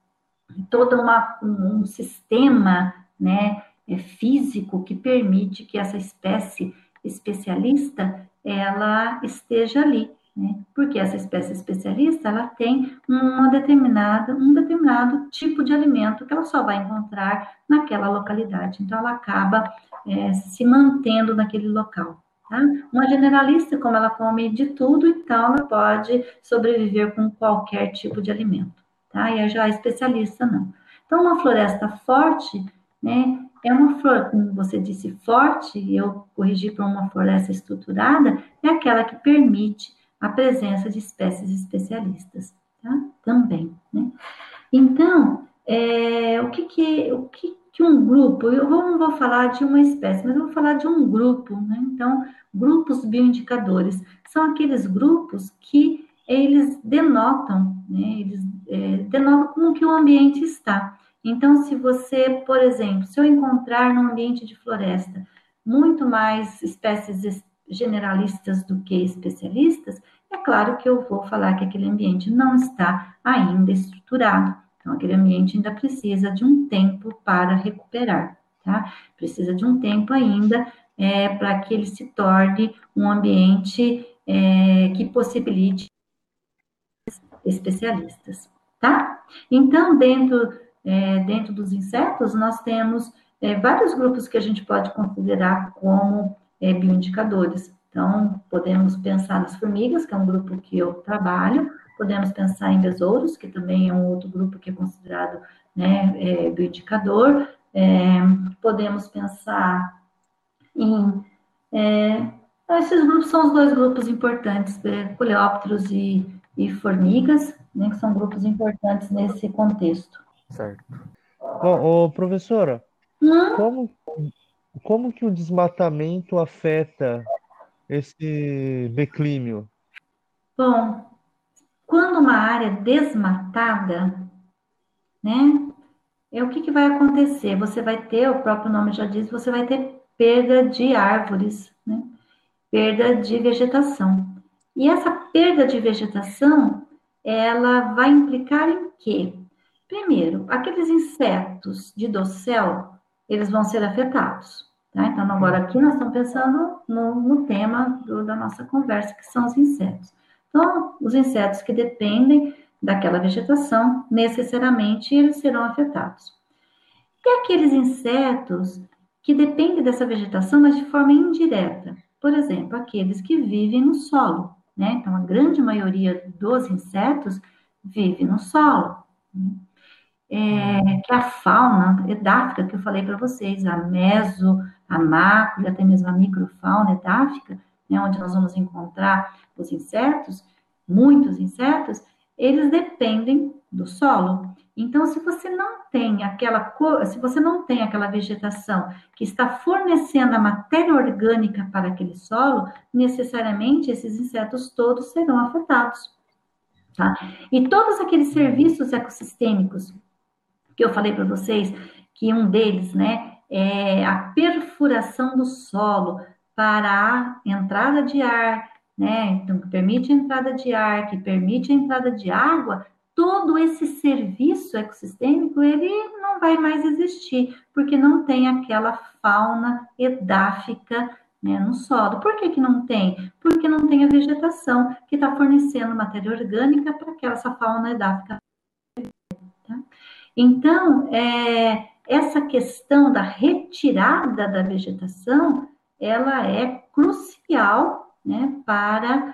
todo uma, um sistema, né, é, físico que permite que essa espécie especialista ela esteja ali, né? Porque essa espécie especialista ela tem uma determinada, um determinado tipo de alimento que ela só vai encontrar naquela localidade. Então, ela acaba é, se mantendo naquele local. Tá? Uma generalista, como ela come de tudo, então ela pode sobreviver com qualquer tipo de alimento. Tá? E já a especialista não. Então, uma floresta forte, né, é uma flor, como você disse, forte, e eu corrigi para uma floresta estruturada, é aquela que permite a presença de espécies especialistas, tá? Também, né? Então, é, o, que, que, o que, que um grupo, eu não vou falar de uma espécie, mas eu vou falar de um grupo, né? Então, grupos bioindicadores são aqueles grupos que eles denotam, né? Eles é, denotam como que o ambiente está. Então, se você, por exemplo, se eu encontrar num ambiente de floresta muito mais espécies generalistas do que especialistas, é claro que eu vou falar que aquele ambiente não está ainda estruturado. Então, aquele ambiente ainda precisa de um tempo para recuperar, tá? Precisa de um tempo ainda é, para que ele se torne um ambiente é, que possibilite especialistas, tá? Então, dentro, é, dentro dos insetos, nós temos é, vários grupos que a gente pode considerar como é, bioindicadores. Então, podemos pensar nas formigas, que é um grupo que eu trabalho, podemos pensar em besouros, que também é um outro grupo que é considerado, né, é, bioindicador, é, podemos pensar em... É, esses grupos são os dois grupos importantes, é, coleópteros e, e formigas, né, que são grupos importantes nesse contexto. Certo. Bom, ô, professora, Hum? como, como que o desmatamento afeta esse declínio? Bom, quando uma área é desmatada, né, é o que, que vai acontecer? Você vai ter, o próprio nome já diz, você vai ter perda de árvores, né? Perda de vegetação. E essa perda de vegetação, ela vai implicar em quê? Primeiro, aqueles insetos de dossel, eles vão ser afetados. Tá? Então, agora aqui nós estamos pensando no, no tema do, da nossa conversa, que são os insetos. Então, os insetos que dependem daquela vegetação, necessariamente eles serão afetados. E aqueles insetos que dependem dessa vegetação, mas de forma indireta. Por exemplo, aqueles que vivem no solo, né? Então, a grande maioria dos insetos vive no solo. Né? É, que a fauna edáfica que eu falei para vocês, a meso, a macro, até mesmo a microfauna edáfica, né, onde nós vamos encontrar os insetos, muitos insetos, eles dependem do solo. Então, se você não tem aquela, se você não tem aquela vegetação que está fornecendo a matéria orgânica para aquele solo, necessariamente esses insetos todos serão afetados. Tá? E todos aqueles serviços ecossistêmicos que eu falei para vocês, que um deles, né, é a perfuração do solo para a entrada de ar, né, então que permite a entrada de ar, que permite a entrada de água, todo esse serviço ecossistêmico, ele não vai mais existir, porque não tem aquela fauna edáfica, né, no solo. Por que que não tem? Porque não tem a vegetação que está fornecendo matéria orgânica para aquela essa fauna edáfica. Tá? Então, é, essa questão da retirada da vegetação, ela é crucial, né, para,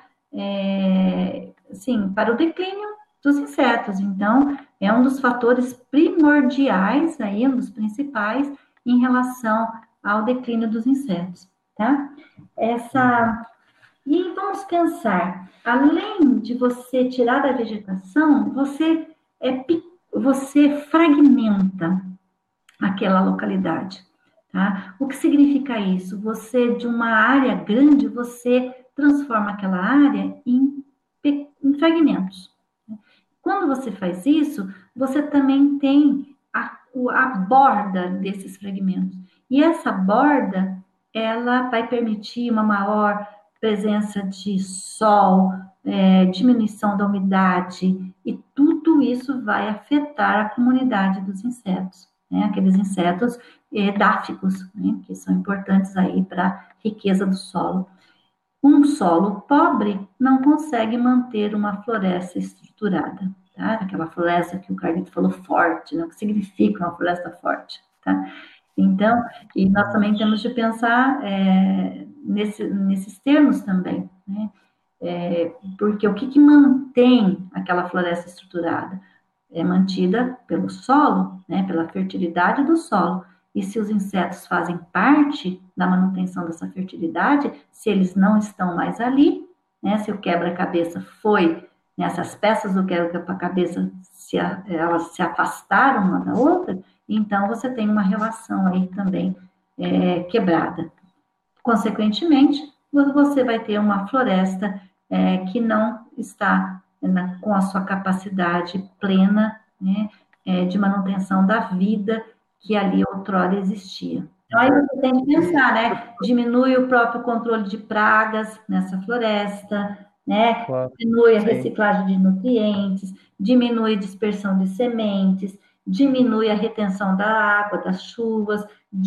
é, assim, para o declínio dos insetos. Então, é um dos fatores primordiais, aí, um dos principais, em relação ao declínio dos insetos, tá? Essa... E vamos pensar, além de você tirar da vegetação, você, é, você fragmenta aquela localidade, tá? O que significa isso? Você, de uma área grande, você transforma aquela área em, em fragmentos. Quando você faz isso, você também tem a, a borda desses fragmentos. E essa borda, ela vai permitir uma maior presença de sol, é, diminuição da umidade, e tudo isso vai afetar a comunidade dos insetos, né? Aqueles insetos edáficos, né? Que são importantes aí para a riqueza do solo. Um solo pobre não consegue manter uma floresta estruturada, tá? Aquela floresta que o Carlito falou forte, né? O que significa uma floresta forte, tá? Então, e nós também temos de pensar é, nesse, nesses termos também, né? É, porque o que, que mantém aquela floresta estruturada? É mantida pelo solo, né? Pela fertilidade do solo. E se os insetos fazem parte da manutenção dessa fertilidade, se eles não estão mais ali, né? Se o quebra-cabeça foi, né? Se as peças do quebra-cabeça se, elas se afastaram uma da outra, então você tem uma relação aí também é, quebrada. Consequentemente, você vai ter uma floresta é, que não está na, com a sua capacidade plena, né, é, de manutenção da vida que ali outrora existia. Então, aí você tem que pensar, né? Diminui o próprio controle de pragas nessa floresta, né? Claro. Diminui a Sim. reciclagem de nutrientes, diminui a dispersão de sementes, diminui a retenção da água, das chuvas,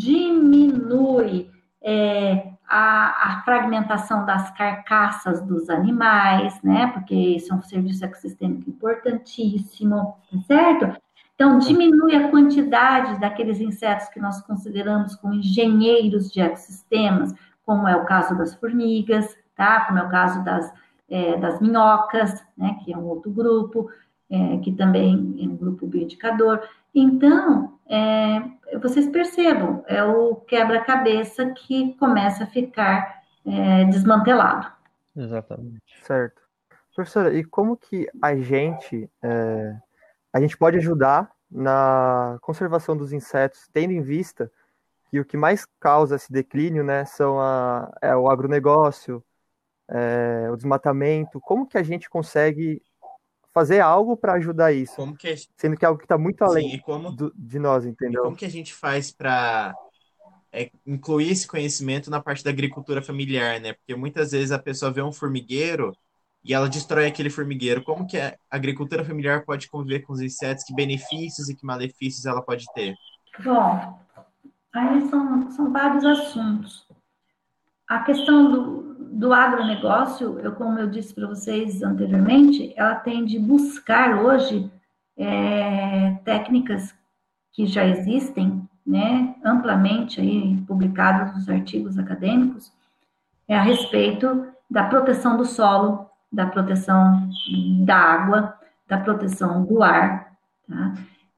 diminui é, a, a fragmentação das carcaças dos animais, né? Porque isso é um serviço ecossistêmico importantíssimo, tá certo? Então, diminui a quantidade daqueles insetos que nós consideramos como engenheiros de ecossistemas, como é o caso das formigas, tá? Como é o caso das, é, das minhocas, né? Que é um outro grupo, é, que também é um grupo bioindicador. Então, é, vocês percebam, é o quebra-cabeça que começa a ficar é, desmantelado. Exatamente. Certo. Professora, e como que a gente, é, a gente pode ajudar na conservação dos insetos, tendo em vista que o que mais causa esse declínio, né, são a, é o agronegócio, é, o desmatamento? Como que a gente consegue fazer algo para ajudar isso? Como que a, Sendo que é algo que está muito sim, além e como, do- de nós, e entendeu? como que a gente faz para incluir esse conhecimento na parte da agricultura familiar, né? Porque muitas vezes a pessoa vê um formigueiro e ela destrói aquele formigueiro. Como que a agricultura familiar pode conviver com os insetos? Que benefícios e que malefícios ela pode ter? Bom, aí são, são vários assuntos. A questão do, do agronegócio, eu, como eu disse para vocês anteriormente, ela tem de buscar hoje é, técnicas que já existem, né, amplamente aí publicadas nos artigos acadêmicos, é a respeito da proteção do solo, da proteção da água, da proteção do ar, tá?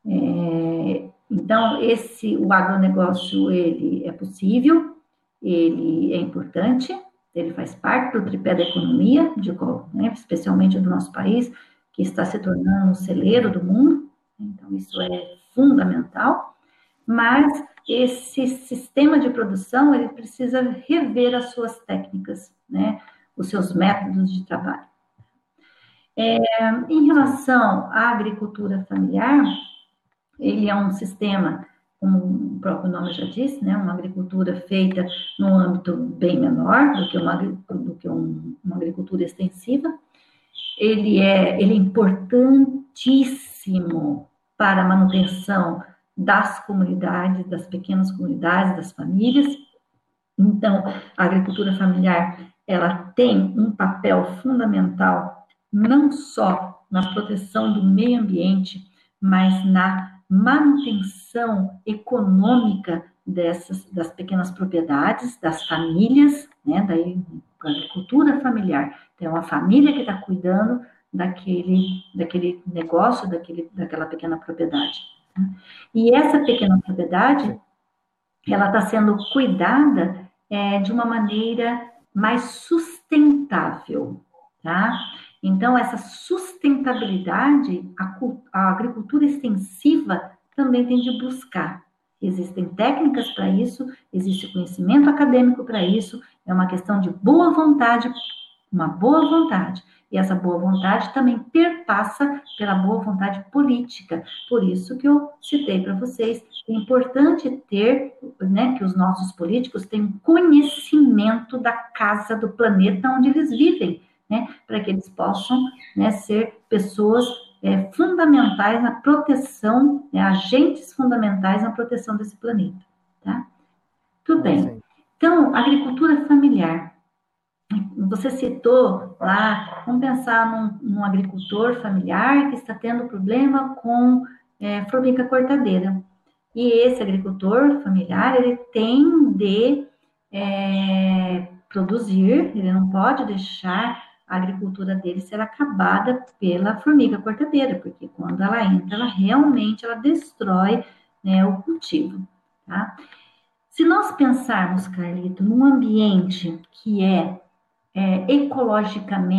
É, então, esse, o agronegócio, ele é possível, ele é importante, ele faz parte do tripé da economia, de, né, especialmente do nosso país, que está se tornando o celeiro do mundo, então isso é fundamental, mas esse sistema de produção, ele precisa rever as suas técnicas, né, os seus métodos de trabalho. É, em relação à agricultura familiar, ele é um sistema, como o próprio nome já disse, né, uma agricultura feita num âmbito bem menor do que uma, do que um, uma agricultura extensiva. Ele é, ele é importantíssimo para a manutenção das comunidades, das pequenas comunidades, das famílias. Então, a agricultura familiar, ela tem um papel fundamental, não só na proteção do meio ambiente, mas na manutenção econômica dessas, das pequenas propriedades, das famílias, né, da agricultura familiar. Então, é uma família que está cuidando daquele, daquele negócio, daquele, daquela pequena propriedade. E essa pequena propriedade, ela está sendo cuidada é, de uma maneira mais sustentável, tá? Então, essa sustentabilidade, a, a agricultura extensiva também tem de buscar. Existem técnicas para isso, existe conhecimento acadêmico para isso, é uma questão de boa vontade, uma boa vontade. E essa boa vontade também perpassa pela boa vontade política. Por isso que eu citei para vocês, é importante ter, né, que os nossos políticos tenham conhecimento da casa, do planeta onde eles vivem, né, para que eles possam, né, ser pessoas é, fundamentais na proteção, né, agentes fundamentais na proteção desse planeta. Tá? Tudo bem. Então, agricultura familiar. Você citou lá, vamos pensar num, num agricultor familiar que está tendo problema com é, formiga cortadeira. E esse agricultor familiar, ele tem de é, produzir, ele não pode deixar a agricultura dele ser acabada pela formiga cortadeira, porque quando ela entra, ela realmente ela destrói, né, o cultivo. Tá? Se nós pensarmos, Carlito, num ambiente que é É,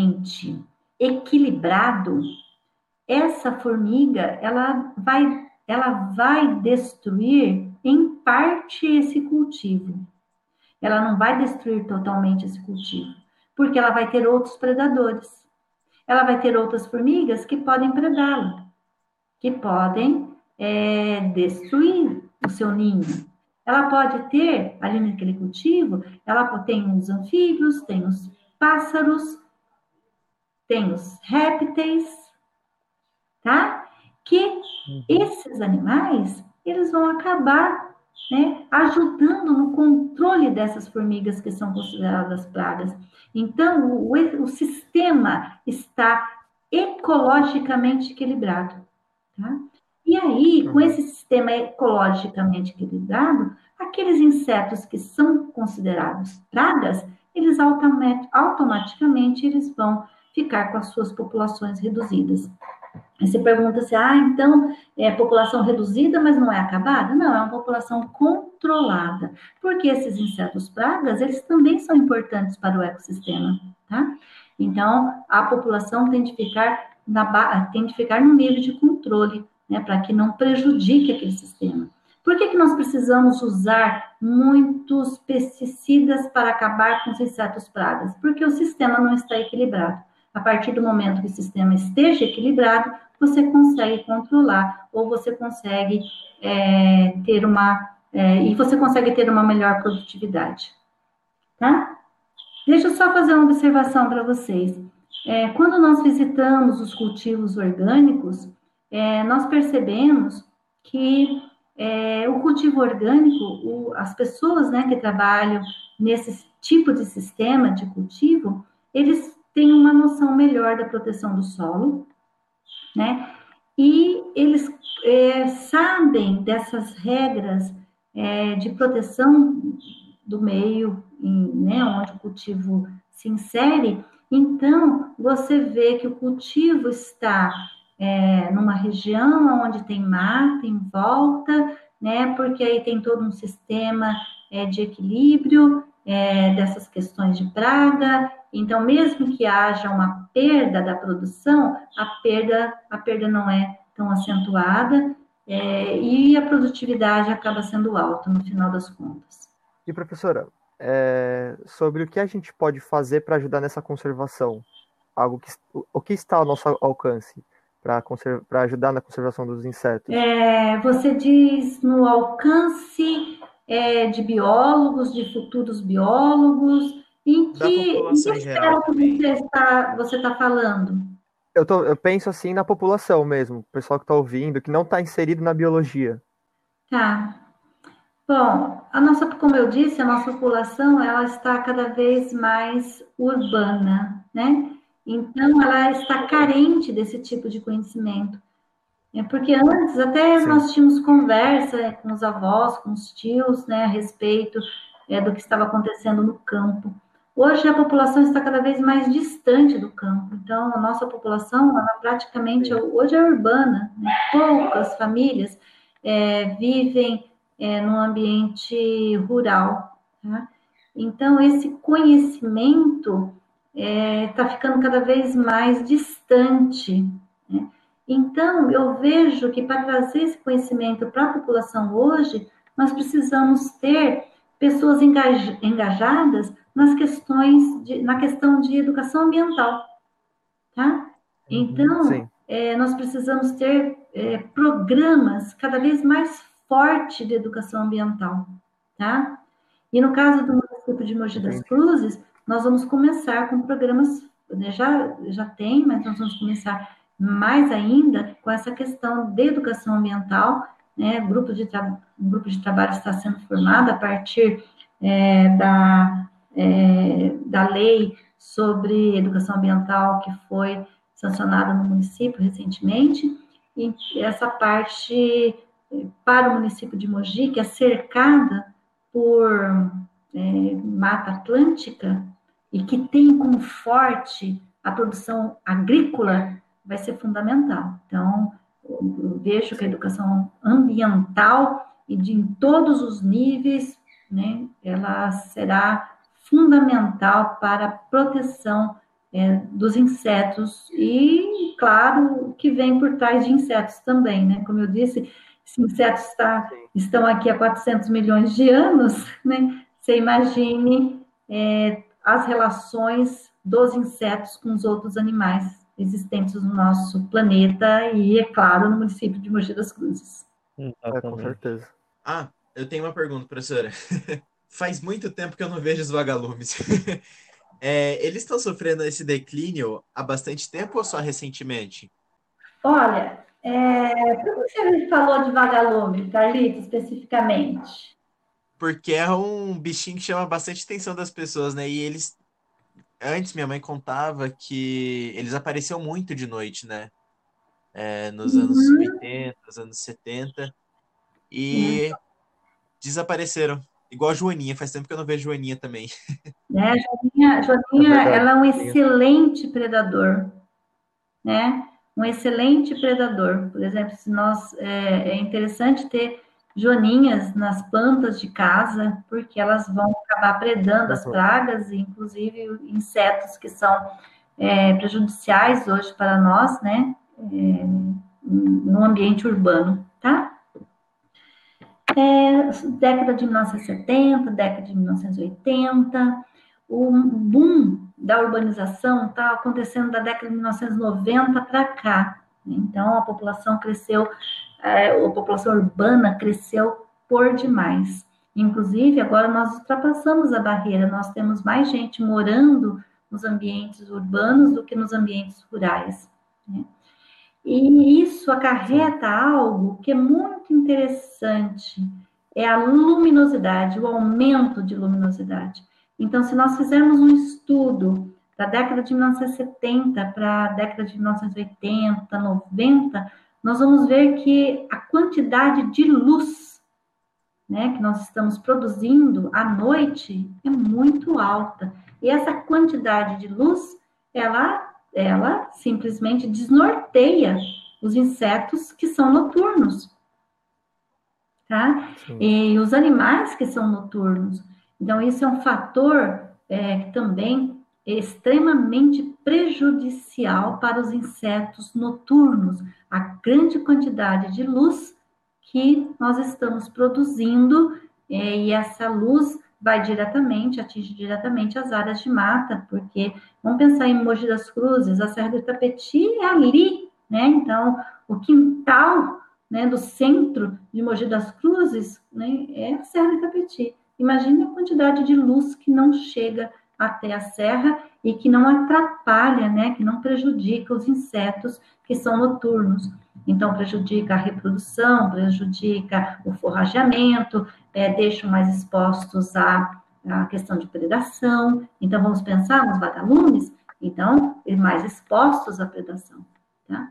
ecologicamente equilibrado, essa formiga, ela vai, ela vai destruir em parte esse cultivo. Ela não vai destruir totalmente esse cultivo, porque ela vai ter outros predadores. Ela vai ter outras formigas que podem predá-la, que podem é, destruir o seu ninho. Ela pode ter, ali naquele cultivo, ela tem os anfíbios, tem os pássaros, tem os répteis, tá? Que esses animais, eles vão acabar, né, ajudando no controle dessas formigas que são consideradas pragas. Então, o, o sistema está ecologicamente equilibrado, tá? E aí, com esse sistema ecologicamente equilibrado, aqueles insetos que são considerados pragas, eles automaticamente eles vão ficar com as suas populações reduzidas. Aí você pergunta assim, ah, então é população reduzida, mas não é acabada? Não, é uma população controlada, porque esses insetos pragas, eles também são importantes para o ecossistema, tá? Então, a população tem de ficar, na, tem de ficar no nível de controle, né, para que não prejudique aquele sistema. Por que que nós precisamos usar muitos pesticidas para acabar com os insetos pragas? Porque o sistema não está equilibrado. A partir do momento que o sistema esteja equilibrado, você consegue controlar, ou você consegue é, ter uma, é, e você consegue ter uma melhor produtividade, tá? Deixa eu só fazer uma observação para vocês. É, quando nós visitamos os cultivos orgânicos, é, nós percebemos que é, o cultivo orgânico, o, as pessoas, né, que trabalham nesse tipo de sistema de cultivo, eles têm uma noção melhor da proteção do solo, né? E eles é, sabem dessas regras é, de proteção do meio, em, né, onde o cultivo se insere. Então, você vê que o cultivo está é, numa região onde tem mata em volta, né? Porque aí tem todo um sistema é, de equilíbrio é, dessas questões de praga. Então, mesmo que haja uma perda da produção, a perda, a perda não é tão acentuada é, e a produtividade acaba sendo alta no final das contas. E, professora, é, sobre o que a gente pode fazer para ajudar nessa conservação? Algo que, o que está ao nosso alcance para conserv, para ajudar na conservação dos insetos? É, você diz no alcance é, de biólogos, de futuros biólogos. Em Da que, população em que geral esfera também. você está, você está falando? Eu, tô, eu penso assim na população mesmo, o pessoal que está ouvindo, que não está inserido na biologia. Tá. Bom, a nossa, como eu disse, a nossa população ela está cada vez mais urbana, né? Então, ela está carente desse tipo de conhecimento. É porque antes até Sim. nós tínhamos conversa com os avós, com os tios, né, a respeito é, do que estava acontecendo no campo. Hoje a população está cada vez mais distante do campo. Então, a nossa população, ela praticamente, hoje é urbana, né? Poucas famílias é, vivem é, num ambiente rural, tá? Então, esse conhecimento está é, ficando cada vez mais distante, né? Então, eu vejo que para trazer esse conhecimento para a população hoje, nós precisamos ter pessoas engajadas nas questões de, na questão de educação ambiental, tá? Então, é, nós precisamos ter é, programas cada vez mais fortes de educação ambiental, tá? E no caso do município de Mogi das Cruzes, nós vamos começar com programas, né, já, já tem, mas nós vamos começar mais ainda com essa questão de educação ambiental, né? O grupo de, tra... o grupo de trabalho está sendo formado a partir é, da, é, da lei sobre educação ambiental que foi sancionada no município recentemente, e essa parte para o município de Mogi, que é cercada por é, Mata Atlântica e que tem como forte a produção agrícola, vai ser fundamental. Então, eu vejo que a educação ambiental e de em todos os níveis, né, ela será fundamental para a proteção é, dos insetos e, claro, o que vem por trás de insetos também, né? Como eu disse, esses insetos tá, estão aqui há quatrocentos milhões de anos, né? Você imagine é, as relações dos insetos com os outros animais existentes no nosso planeta e, é claro, no município de Mogi das Cruzes. É, com Exatamente. certeza. Ah, eu tenho uma pergunta, professora. Faz muito tempo que eu não vejo os vagalumes. É, eles estão sofrendo esse declínio há bastante tempo ou só recentemente? Olha, é, por que você falou de vagalume, Carlito, especificamente? Porque é um bichinho que chama bastante atenção das pessoas, né? E eles, antes minha mãe contava que eles apareciam muito de noite, né? É, nos anos Uhum. oitenta, nos anos setenta, É. e desapareceram. Igual a Joaninha, faz tempo que eu não vejo Joaninha também. Né? Joaninha, É Joaninha, verdade. ela é um Sim. excelente predador, né? Um excelente predador. Por exemplo, se nós é, é interessante ter joaninhas nas plantas de casa, porque elas vão acabar predando as Uhum. pragas, inclusive insetos que são é, prejudiciais hoje para nós, né? É, no ambiente urbano, tá? É, década de mil novecentos e setenta, década de mil novecentos e oitenta, o boom da urbanização está acontecendo da década de mil novecentos e noventa para cá. Então, a população cresceu, é, a população urbana cresceu por demais. Inclusive, agora nós ultrapassamos a barreira, nós temos mais gente morando nos ambientes urbanos do que nos ambientes rurais, né? E isso acarreta algo que é muito interessante, é a luminosidade, o aumento de luminosidade. Então, se nós fizermos um estudo da década de mil novecentos e setenta para a década de mil novecentos e oitenta, noventa, nós vamos ver que a quantidade de luz, né, que nós estamos produzindo à noite é muito alta. E essa quantidade de luz, ela ela simplesmente desnorteia os insetos que são noturnos, tá? Sim. E os animais que são noturnos. Então, isso é um fator é, que também é extremamente prejudicial para os insetos noturnos. A grande quantidade de luz que nós estamos produzindo é, e essa luz vai diretamente, atinge diretamente as áreas de mata, porque vamos pensar em Mogi das Cruzes, a Serra do Itapetí é ali, né? Então, o quintal, né, do centro de Mogi das Cruzes, né, é a Serra do Itapetí. Imagine a quantidade de luz que não chega até a serra e que não atrapalha, né, que não prejudica os insetos que são noturnos. Então, prejudica a reprodução, prejudica o forrageamento, é, deixam mais expostos à, à questão de predação. Então, vamos pensar nos vagalumes, então, mais expostos à predação, tá?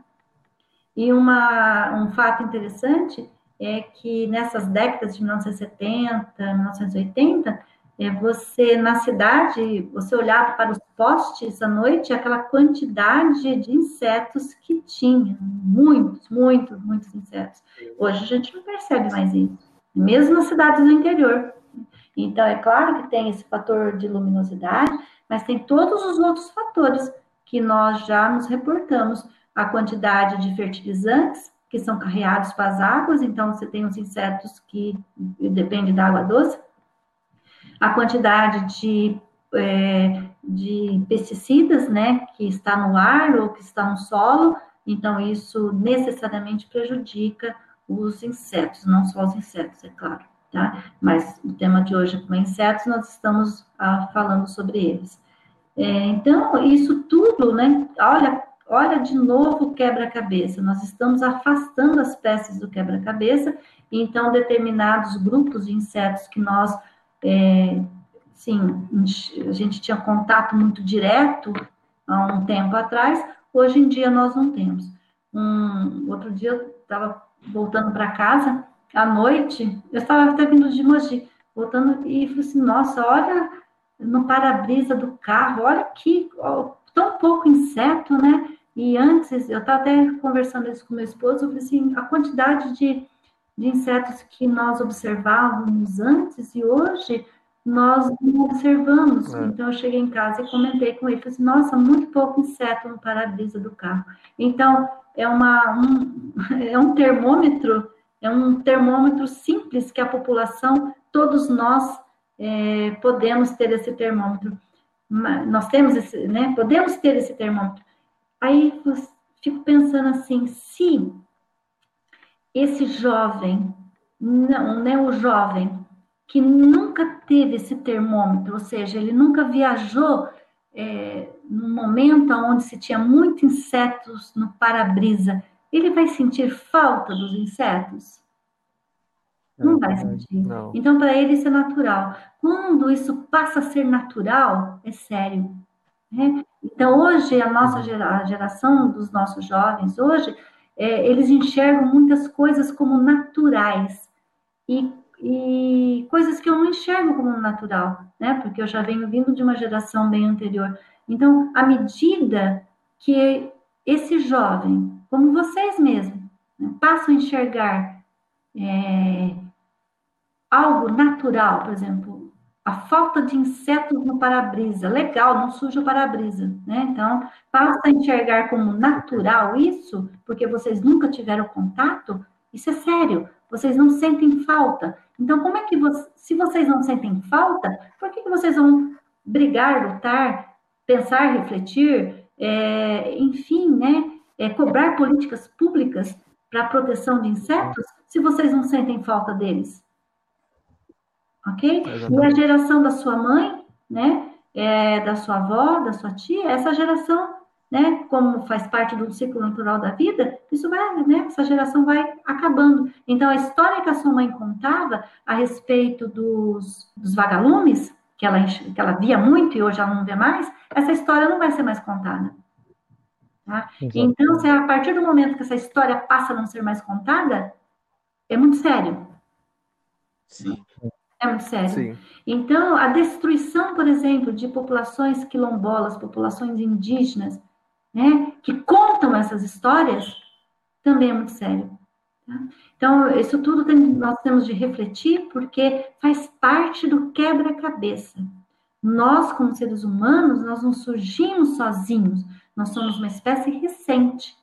E uma, um fato interessante é que nessas décadas de mil novecentos e setenta, mil novecentos e oitenta, é, você, na cidade, você olhava para os postes à noite, aquela quantidade de insetos que tinha, muitos, muitos, muitos insetos. Hoje a gente não percebe mais isso, mesmo nas cidades do interior. Então, é claro que tem esse fator de luminosidade, mas tem todos os outros fatores que nós já nos reportamos. A quantidade de fertilizantes que são carreados para as águas, então você tem os insetos que dependem da água doce, a quantidade de, é, de pesticidas, né, que está no ar ou que está no solo, então isso necessariamente prejudica os insetos, não só os insetos, é claro, tá? Mas o tema de hoje, como é insetos, nós estamos ah, falando sobre eles. É, então, isso tudo, né, olha, olha de novo o quebra-cabeça, nós estamos afastando as peças do quebra-cabeça, então determinados grupos de insetos que nós É, sim, a gente tinha contato muito direto há um tempo atrás, hoje em dia nós não temos. Um, outro dia eu estava voltando para casa, à noite, eu estava até vindo de Mogi, voltando e falei assim, nossa, olha no para-brisa do carro, olha que ó, tão pouco inseto, né? E antes, eu estava até conversando isso com meu esposo, eu falei assim, a quantidade de de insetos que nós observávamos antes e hoje nós não observamos. É. Então, eu cheguei em casa e comentei com ele, falei assim, nossa, muito pouco inseto no para-brisa do carro. Então, é, uma, um, é um termômetro é um termômetro simples que a população, todos nós é, podemos ter esse termômetro. Nós temos esse, né? Podemos ter esse termômetro. Aí eu fico pensando assim, se esse jovem, não, né, o jovem que nunca teve esse termômetro, ou seja, ele nunca viajou é, num momento onde se tinha muitos insetos no para-brisa, ele vai sentir falta dos insetos? Não vai sentir. Não. Então, para ele, isso é natural. Quando isso passa a ser natural, é sério. Né? Então, hoje, a nossa gera, a geração dos nossos jovens, hoje, é, eles enxergam muitas coisas como naturais. E, e coisas que eu não enxergo como natural, né? Porque eu já venho vindo de uma geração bem anterior. Então, à medida que esse jovem, como vocês mesmos, né, passam a enxergar é, algo natural, por exemplo, a falta de insetos no para-brisa, legal, não suja o para-brisa, né? Então, passa a enxergar como natural isso, porque vocês nunca tiveram contato, isso é sério, vocês não sentem falta. Então, como é que, você, se vocês não sentem falta, por que, que vocês vão brigar, lutar, pensar, refletir, é, enfim, né, é, cobrar políticas públicas para a proteção de insetos, se vocês não sentem falta deles? Ok? E a geração da sua mãe, né, é, da sua avó, da sua tia, essa geração, né, como faz parte do ciclo natural da vida, isso vai, né, essa geração vai acabando. Então, a história que a sua mãe contava a respeito dos, dos vagalumes, que ela, que ela via muito e hoje ela não vê mais, essa história não vai ser mais contada. Tá? Então, se a partir do momento que essa história passa a não ser mais contada, é muito sério. Sim. É muito sério. Sim. Então, a destruição, por exemplo, de populações quilombolas, populações indígenas, né, que contam essas histórias, também é muito sério. Tá? Então, isso tudo tem, nós temos de refletir, porque faz parte do quebra-cabeça. Nós, como seres humanos, nós não surgimos sozinhos, nós somos uma espécie recente.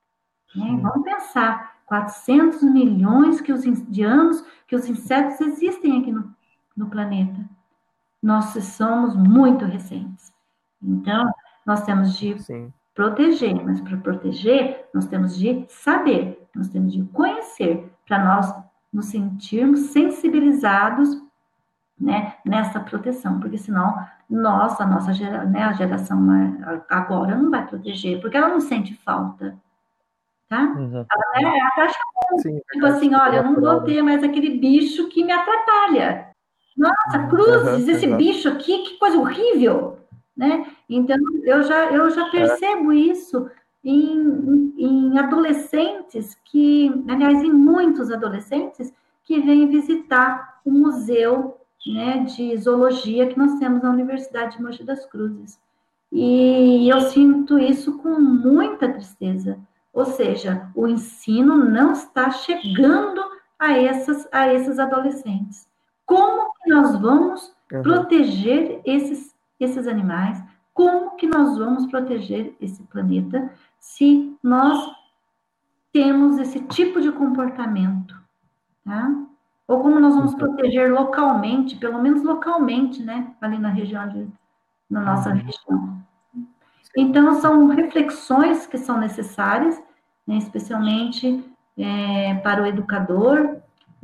Né? Vamos pensar, quatrocentos milhões que os, de anos que os insetos existem aqui no, no planeta. Nós somos muito recentes. Então, nós temos de Sim. proteger, mas para proteger, nós temos de saber, nós temos de conhecer, para nós nos sentirmos sensibilizados, né, nessa proteção, porque senão nós, a nossa gera, né, a geração agora não vai proteger, porque ela não sente falta. Tá? Ela, né, ela acha Sim, tipo assim, olha, eu não vou ter mais aquele bicho que me atrapalha. Nossa, cruzes, uhum, esse exato. bicho aqui, que coisa horrível, né? Então, eu já, eu já percebo é. isso em, em adolescentes que, aliás, em muitos adolescentes que vêm visitar o museu, né, de zoologia que nós temos na Universidade de Mogi das Cruzes. E eu sinto isso com muita tristeza. Ou seja, o ensino não está chegando a, essas, a esses adolescentes. Como que nós vamos uhum. proteger esses, esses animais? Como que nós vamos proteger esse planeta se nós temos esse tipo de comportamento? Tá? Ou como nós vamos proteger localmente, pelo menos localmente, né? Ali na região, de, na nossa uhum. região. Então, são reflexões que são necessárias, né, especialmente é, para o educador,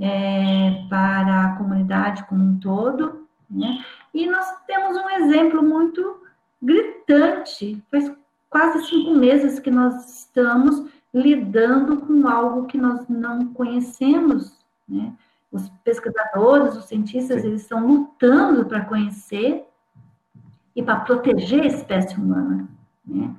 é, para a comunidade como um todo, né? E nós temos um exemplo muito gritante, faz quase cinco meses que nós estamos lidando com algo que nós não conhecemos, né? Os pesquisadores, os cientistas, Sim. eles estão lutando para conhecer e para proteger a espécie humana, né?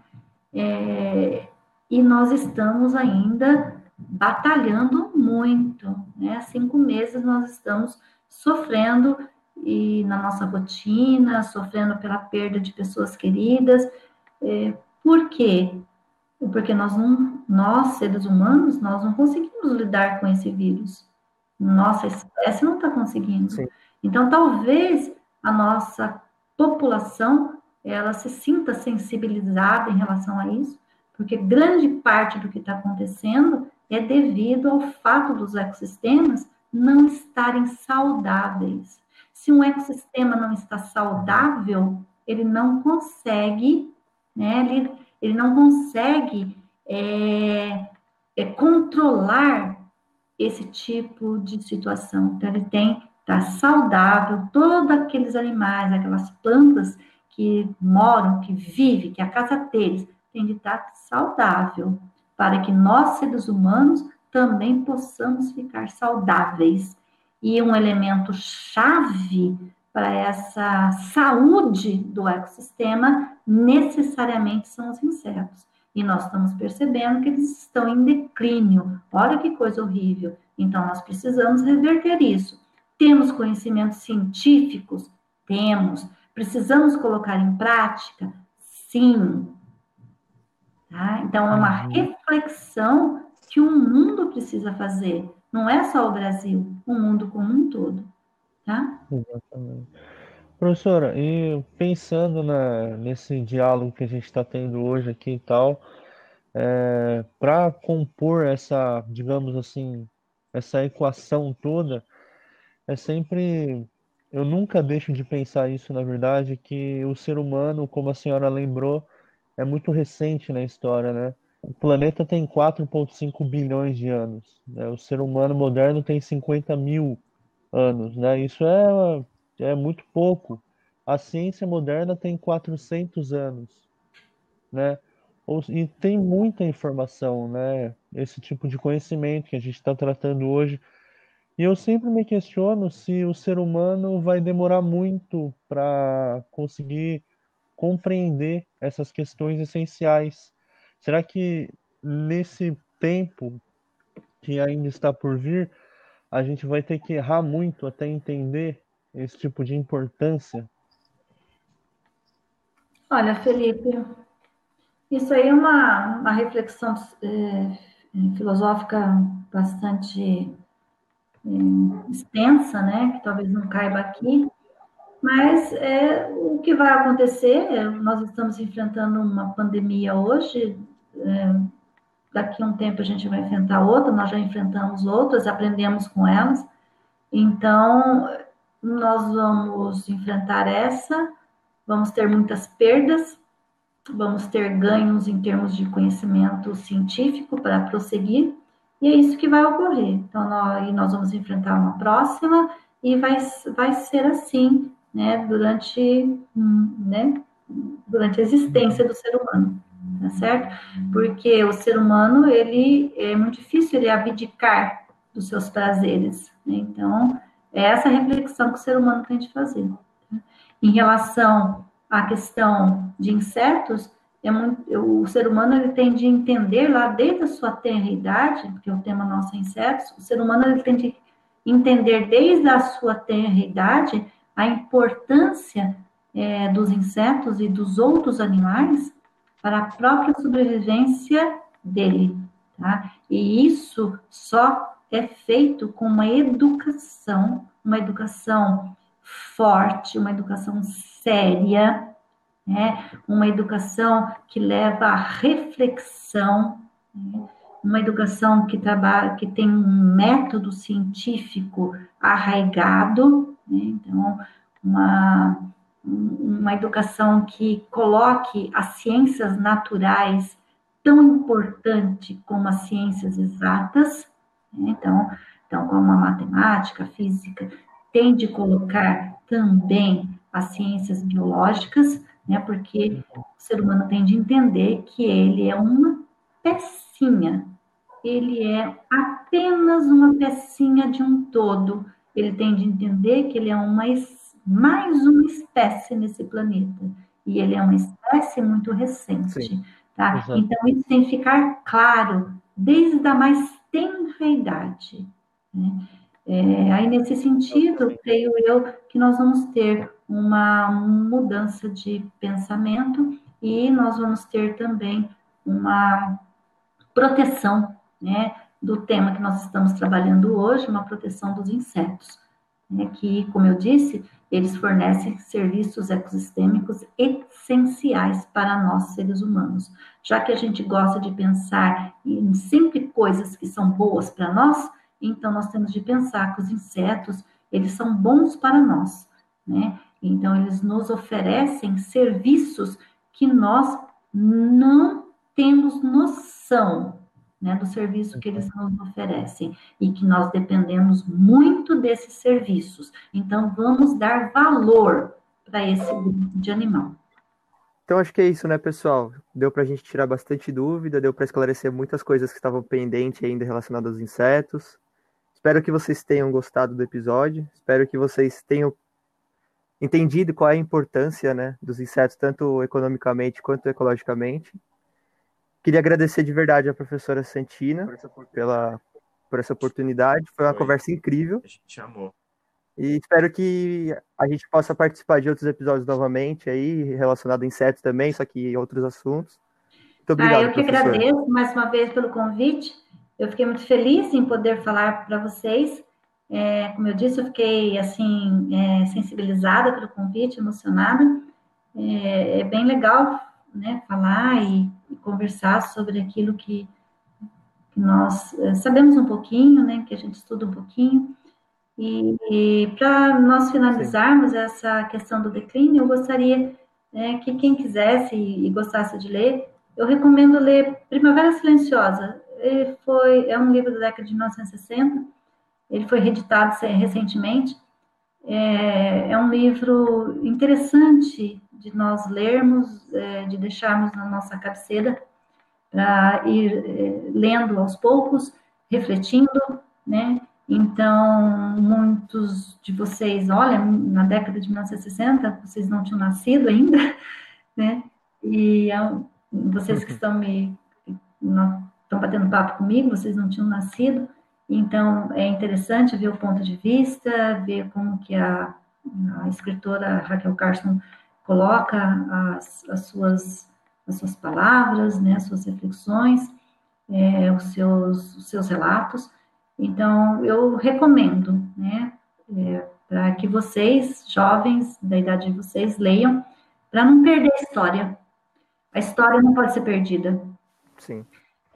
É, e nós estamos ainda batalhando muito, né? Há cinco meses nós estamos sofrendo e na nossa rotina, sofrendo pela perda de pessoas queridas. É, por quê? Porque nós, não, nós, seres humanos, nós não conseguimos lidar com esse vírus. Nossa espécie não está conseguindo. Sim. Então, talvez a nossa população ela se sinta sensibilizada em relação a isso, porque grande parte do que está acontecendo é devido ao fato dos ecossistemas não estarem saudáveis. Se um ecossistema não está saudável, ele não consegue, né, ele, ele não consegue é, é, controlar esse tipo de situação. Então, ele tem que estar saudável, todos aqueles animais, aquelas plantas que moram, que vivem, que é a casa deles, tem de estar saudável, para que nós, seres humanos, também possamos ficar saudáveis. E um elemento chave para essa saúde do ecossistema, necessariamente são os insetos. E nós estamos percebendo que eles estão em declínio. Olha que coisa horrível. Então, nós precisamos reverter isso. Temos conhecimentos científicos? Temos. Precisamos colocar em prática? Sim. Tá? Então, é uma reflexão que o mundo precisa fazer. Não é só o Brasil, o mundo como um todo. Tá? Exatamente. Professora, e pensando na, nesse diálogo que a gente está tendo hoje aqui e tal, é, para compor essa, digamos assim, essa equação toda, é sempre. Eu nunca deixo de pensar isso, na verdade, que o ser humano, como a senhora lembrou, é muito recente na história, né? O planeta tem quatro vírgula cinco bilhões de anos, né? O ser humano moderno tem cinquenta mil anos, né? Isso é, é muito pouco. A ciência moderna tem quatrocentos anos, né? Ou- E tem muita informação, né? Esse tipo de conhecimento que a gente está tratando hoje. E eu sempre me questiono se o ser humano vai demorar muito para conseguir compreender essas questões essenciais. Será que nesse tempo que ainda está por vir, a gente vai ter que errar muito até entender esse tipo de importância? Olha, Felipe, isso aí é uma, uma reflexão é, filosófica bastante é, extensa, né? Que talvez não caiba aqui, mas é, o que vai acontecer, é, nós estamos enfrentando uma pandemia hoje, é, daqui a um tempo a gente vai enfrentar outra, nós já enfrentamos outras, aprendemos com elas, então nós vamos enfrentar essa, vamos ter muitas perdas, vamos ter ganhos em termos de conhecimento científico para prosseguir, e é isso que vai ocorrer. Então, nós, nós vamos enfrentar uma próxima, e vai, vai ser assim, né, durante, né, durante a existência do ser humano, tá certo? Porque o ser humano, ele é muito difícil ele abdicar dos seus prazeres, né? Então, é essa reflexão que o ser humano tem de fazer. Tá? Em relação à questão de insetos, é muito, o ser humano ele tem de entender lá desde a sua tenra idade, porque o tema nosso é insetos, o ser humano ele tem de entender desde a sua tenra idade a importância é, dos insetos e dos outros animais para a própria sobrevivência dele, tá? E isso só é feito com uma educação, uma educação forte, uma educação séria, né? Uma educação que leva à reflexão, né? Uma educação que trabalha, que tem um método científico arraigado, né? Então, uma, uma educação que coloque as ciências naturais tão importante como as ciências exatas, né? Então, então, como a matemática, a física, tem de colocar também as ciências biológicas, né? Porque o ser humano tem de entender que ele é uma pecinha, ele é apenas uma pecinha de um todo. Ele tem de entender que ele é uma, mais uma espécie nesse planeta, e ele é uma espécie muito recente. Sim, tá? Então, isso tem que ficar claro desde a mais tenra idade, né? É, aí, nesse sentido, creio eu que nós vamos ter uma mudança de pensamento e nós vamos ter também uma proteção, né, do tema que nós estamos trabalhando hoje, uma proteção dos insetos. né, que, como eu disse, eles fornecem serviços ecossistêmicos essenciais para nós, seres humanos. Já que a gente gosta de pensar em sempre coisas que são boas para nós, então nós temos de pensar que os insetos, eles são bons para nós, né? Então, eles nos oferecem serviços que nós não temos noção, né, do serviço que eles nos oferecem e que nós dependemos muito desses serviços. Então, vamos dar valor para esse grupo de animal. Então acho que é isso, né, pessoal? Deu pra gente tirar bastante dúvida, deu para esclarecer muitas coisas que estavam pendentes ainda relacionadas aos insetos. Espero que vocês tenham gostado do episódio, espero que vocês tenham entendido qual é a importância, né, dos insetos, tanto economicamente quanto ecologicamente. Queria agradecer de verdade à professora Santina pela, por essa oportunidade. Foi uma Foi. conversa incrível. A gente amou. E espero que a gente possa participar de outros episódios novamente aí, relacionado a insetos também, só que em outros assuntos. Muito obrigado, Ah, eu que professora. agradeço mais uma vez pelo convite. Eu fiquei muito feliz em poder falar para vocês. É, como eu disse, eu fiquei assim é, sensibilizada pelo convite, emocionada. É, é bem legal, né, falar e, e conversar sobre aquilo que, que nós é, sabemos um pouquinho, né, que a gente estuda um pouquinho. E, e para nós finalizarmos Sim. essa questão do declínio, eu gostaria né, que quem quisesse e, e gostasse de ler, eu recomendo ler Primavera Silenciosa. Ele foi, é um livro da década de mil novecentos e sessenta, ele foi reeditado recentemente. É, é um livro interessante de nós lermos, é, de deixarmos na nossa cabeceira, para ir é, lendo aos poucos, refletindo, né? Então, muitos de vocês, olha, na década de mil novecentos e sessenta, vocês não tinham nascido ainda, né? E vocês que estão me estão batendo papo comigo, vocês não tinham nascido. Então, é interessante ver o ponto de vista, ver como que a, a escritora Raquel Carson coloca as, as, suas, as suas palavras, né, as suas reflexões, é, os, seus, os seus relatos. Então, eu recomendo, né, é, para que vocês, jovens, da idade de vocês, leiam, para não perder a história. A história não pode ser perdida. Sim.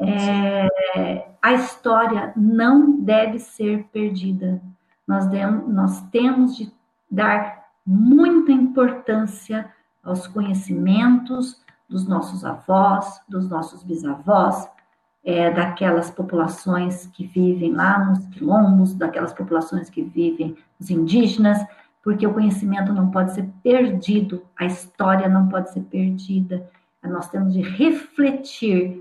É, a história não deve ser perdida. Nós, demos, nós temos de dar muita importância aos conhecimentos dos nossos avós, dos nossos bisavós, é, daquelas populações que vivem lá nos quilombos, daquelas populações que vivem os indígenas, porque o conhecimento não pode ser perdido, a história não pode ser perdida. Nós temos de refletir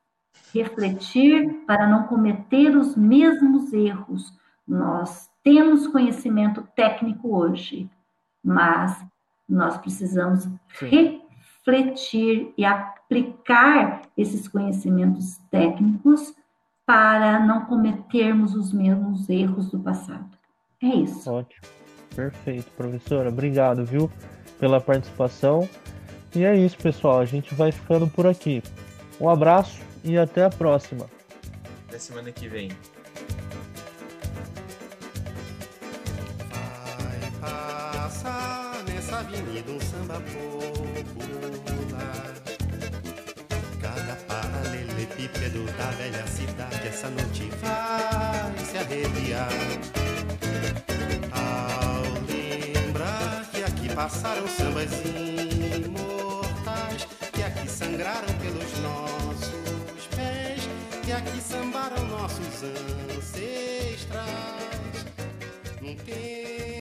refletir para não cometer os mesmos erros. Nós temos conhecimento técnico hoje, mas nós precisamos Sim. refletir e aplicar esses conhecimentos técnicos para não cometermos os mesmos erros do passado. É isso. Ótimo. Perfeito, professora. Obrigado, viu, pela participação. E é isso, pessoal. A gente vai ficando por aqui. Um abraço e até a próxima. Até semana que vem. Vai passar nessa avenida um samba popular. Cada paralelepípedo da velha cidade essa noite vai se arrepiar. Ao lembrar que aqui passaram sambas imortais, que aqui sangraram pelos nossos pés, que aqui sambaram nossos ancestrais. Não tem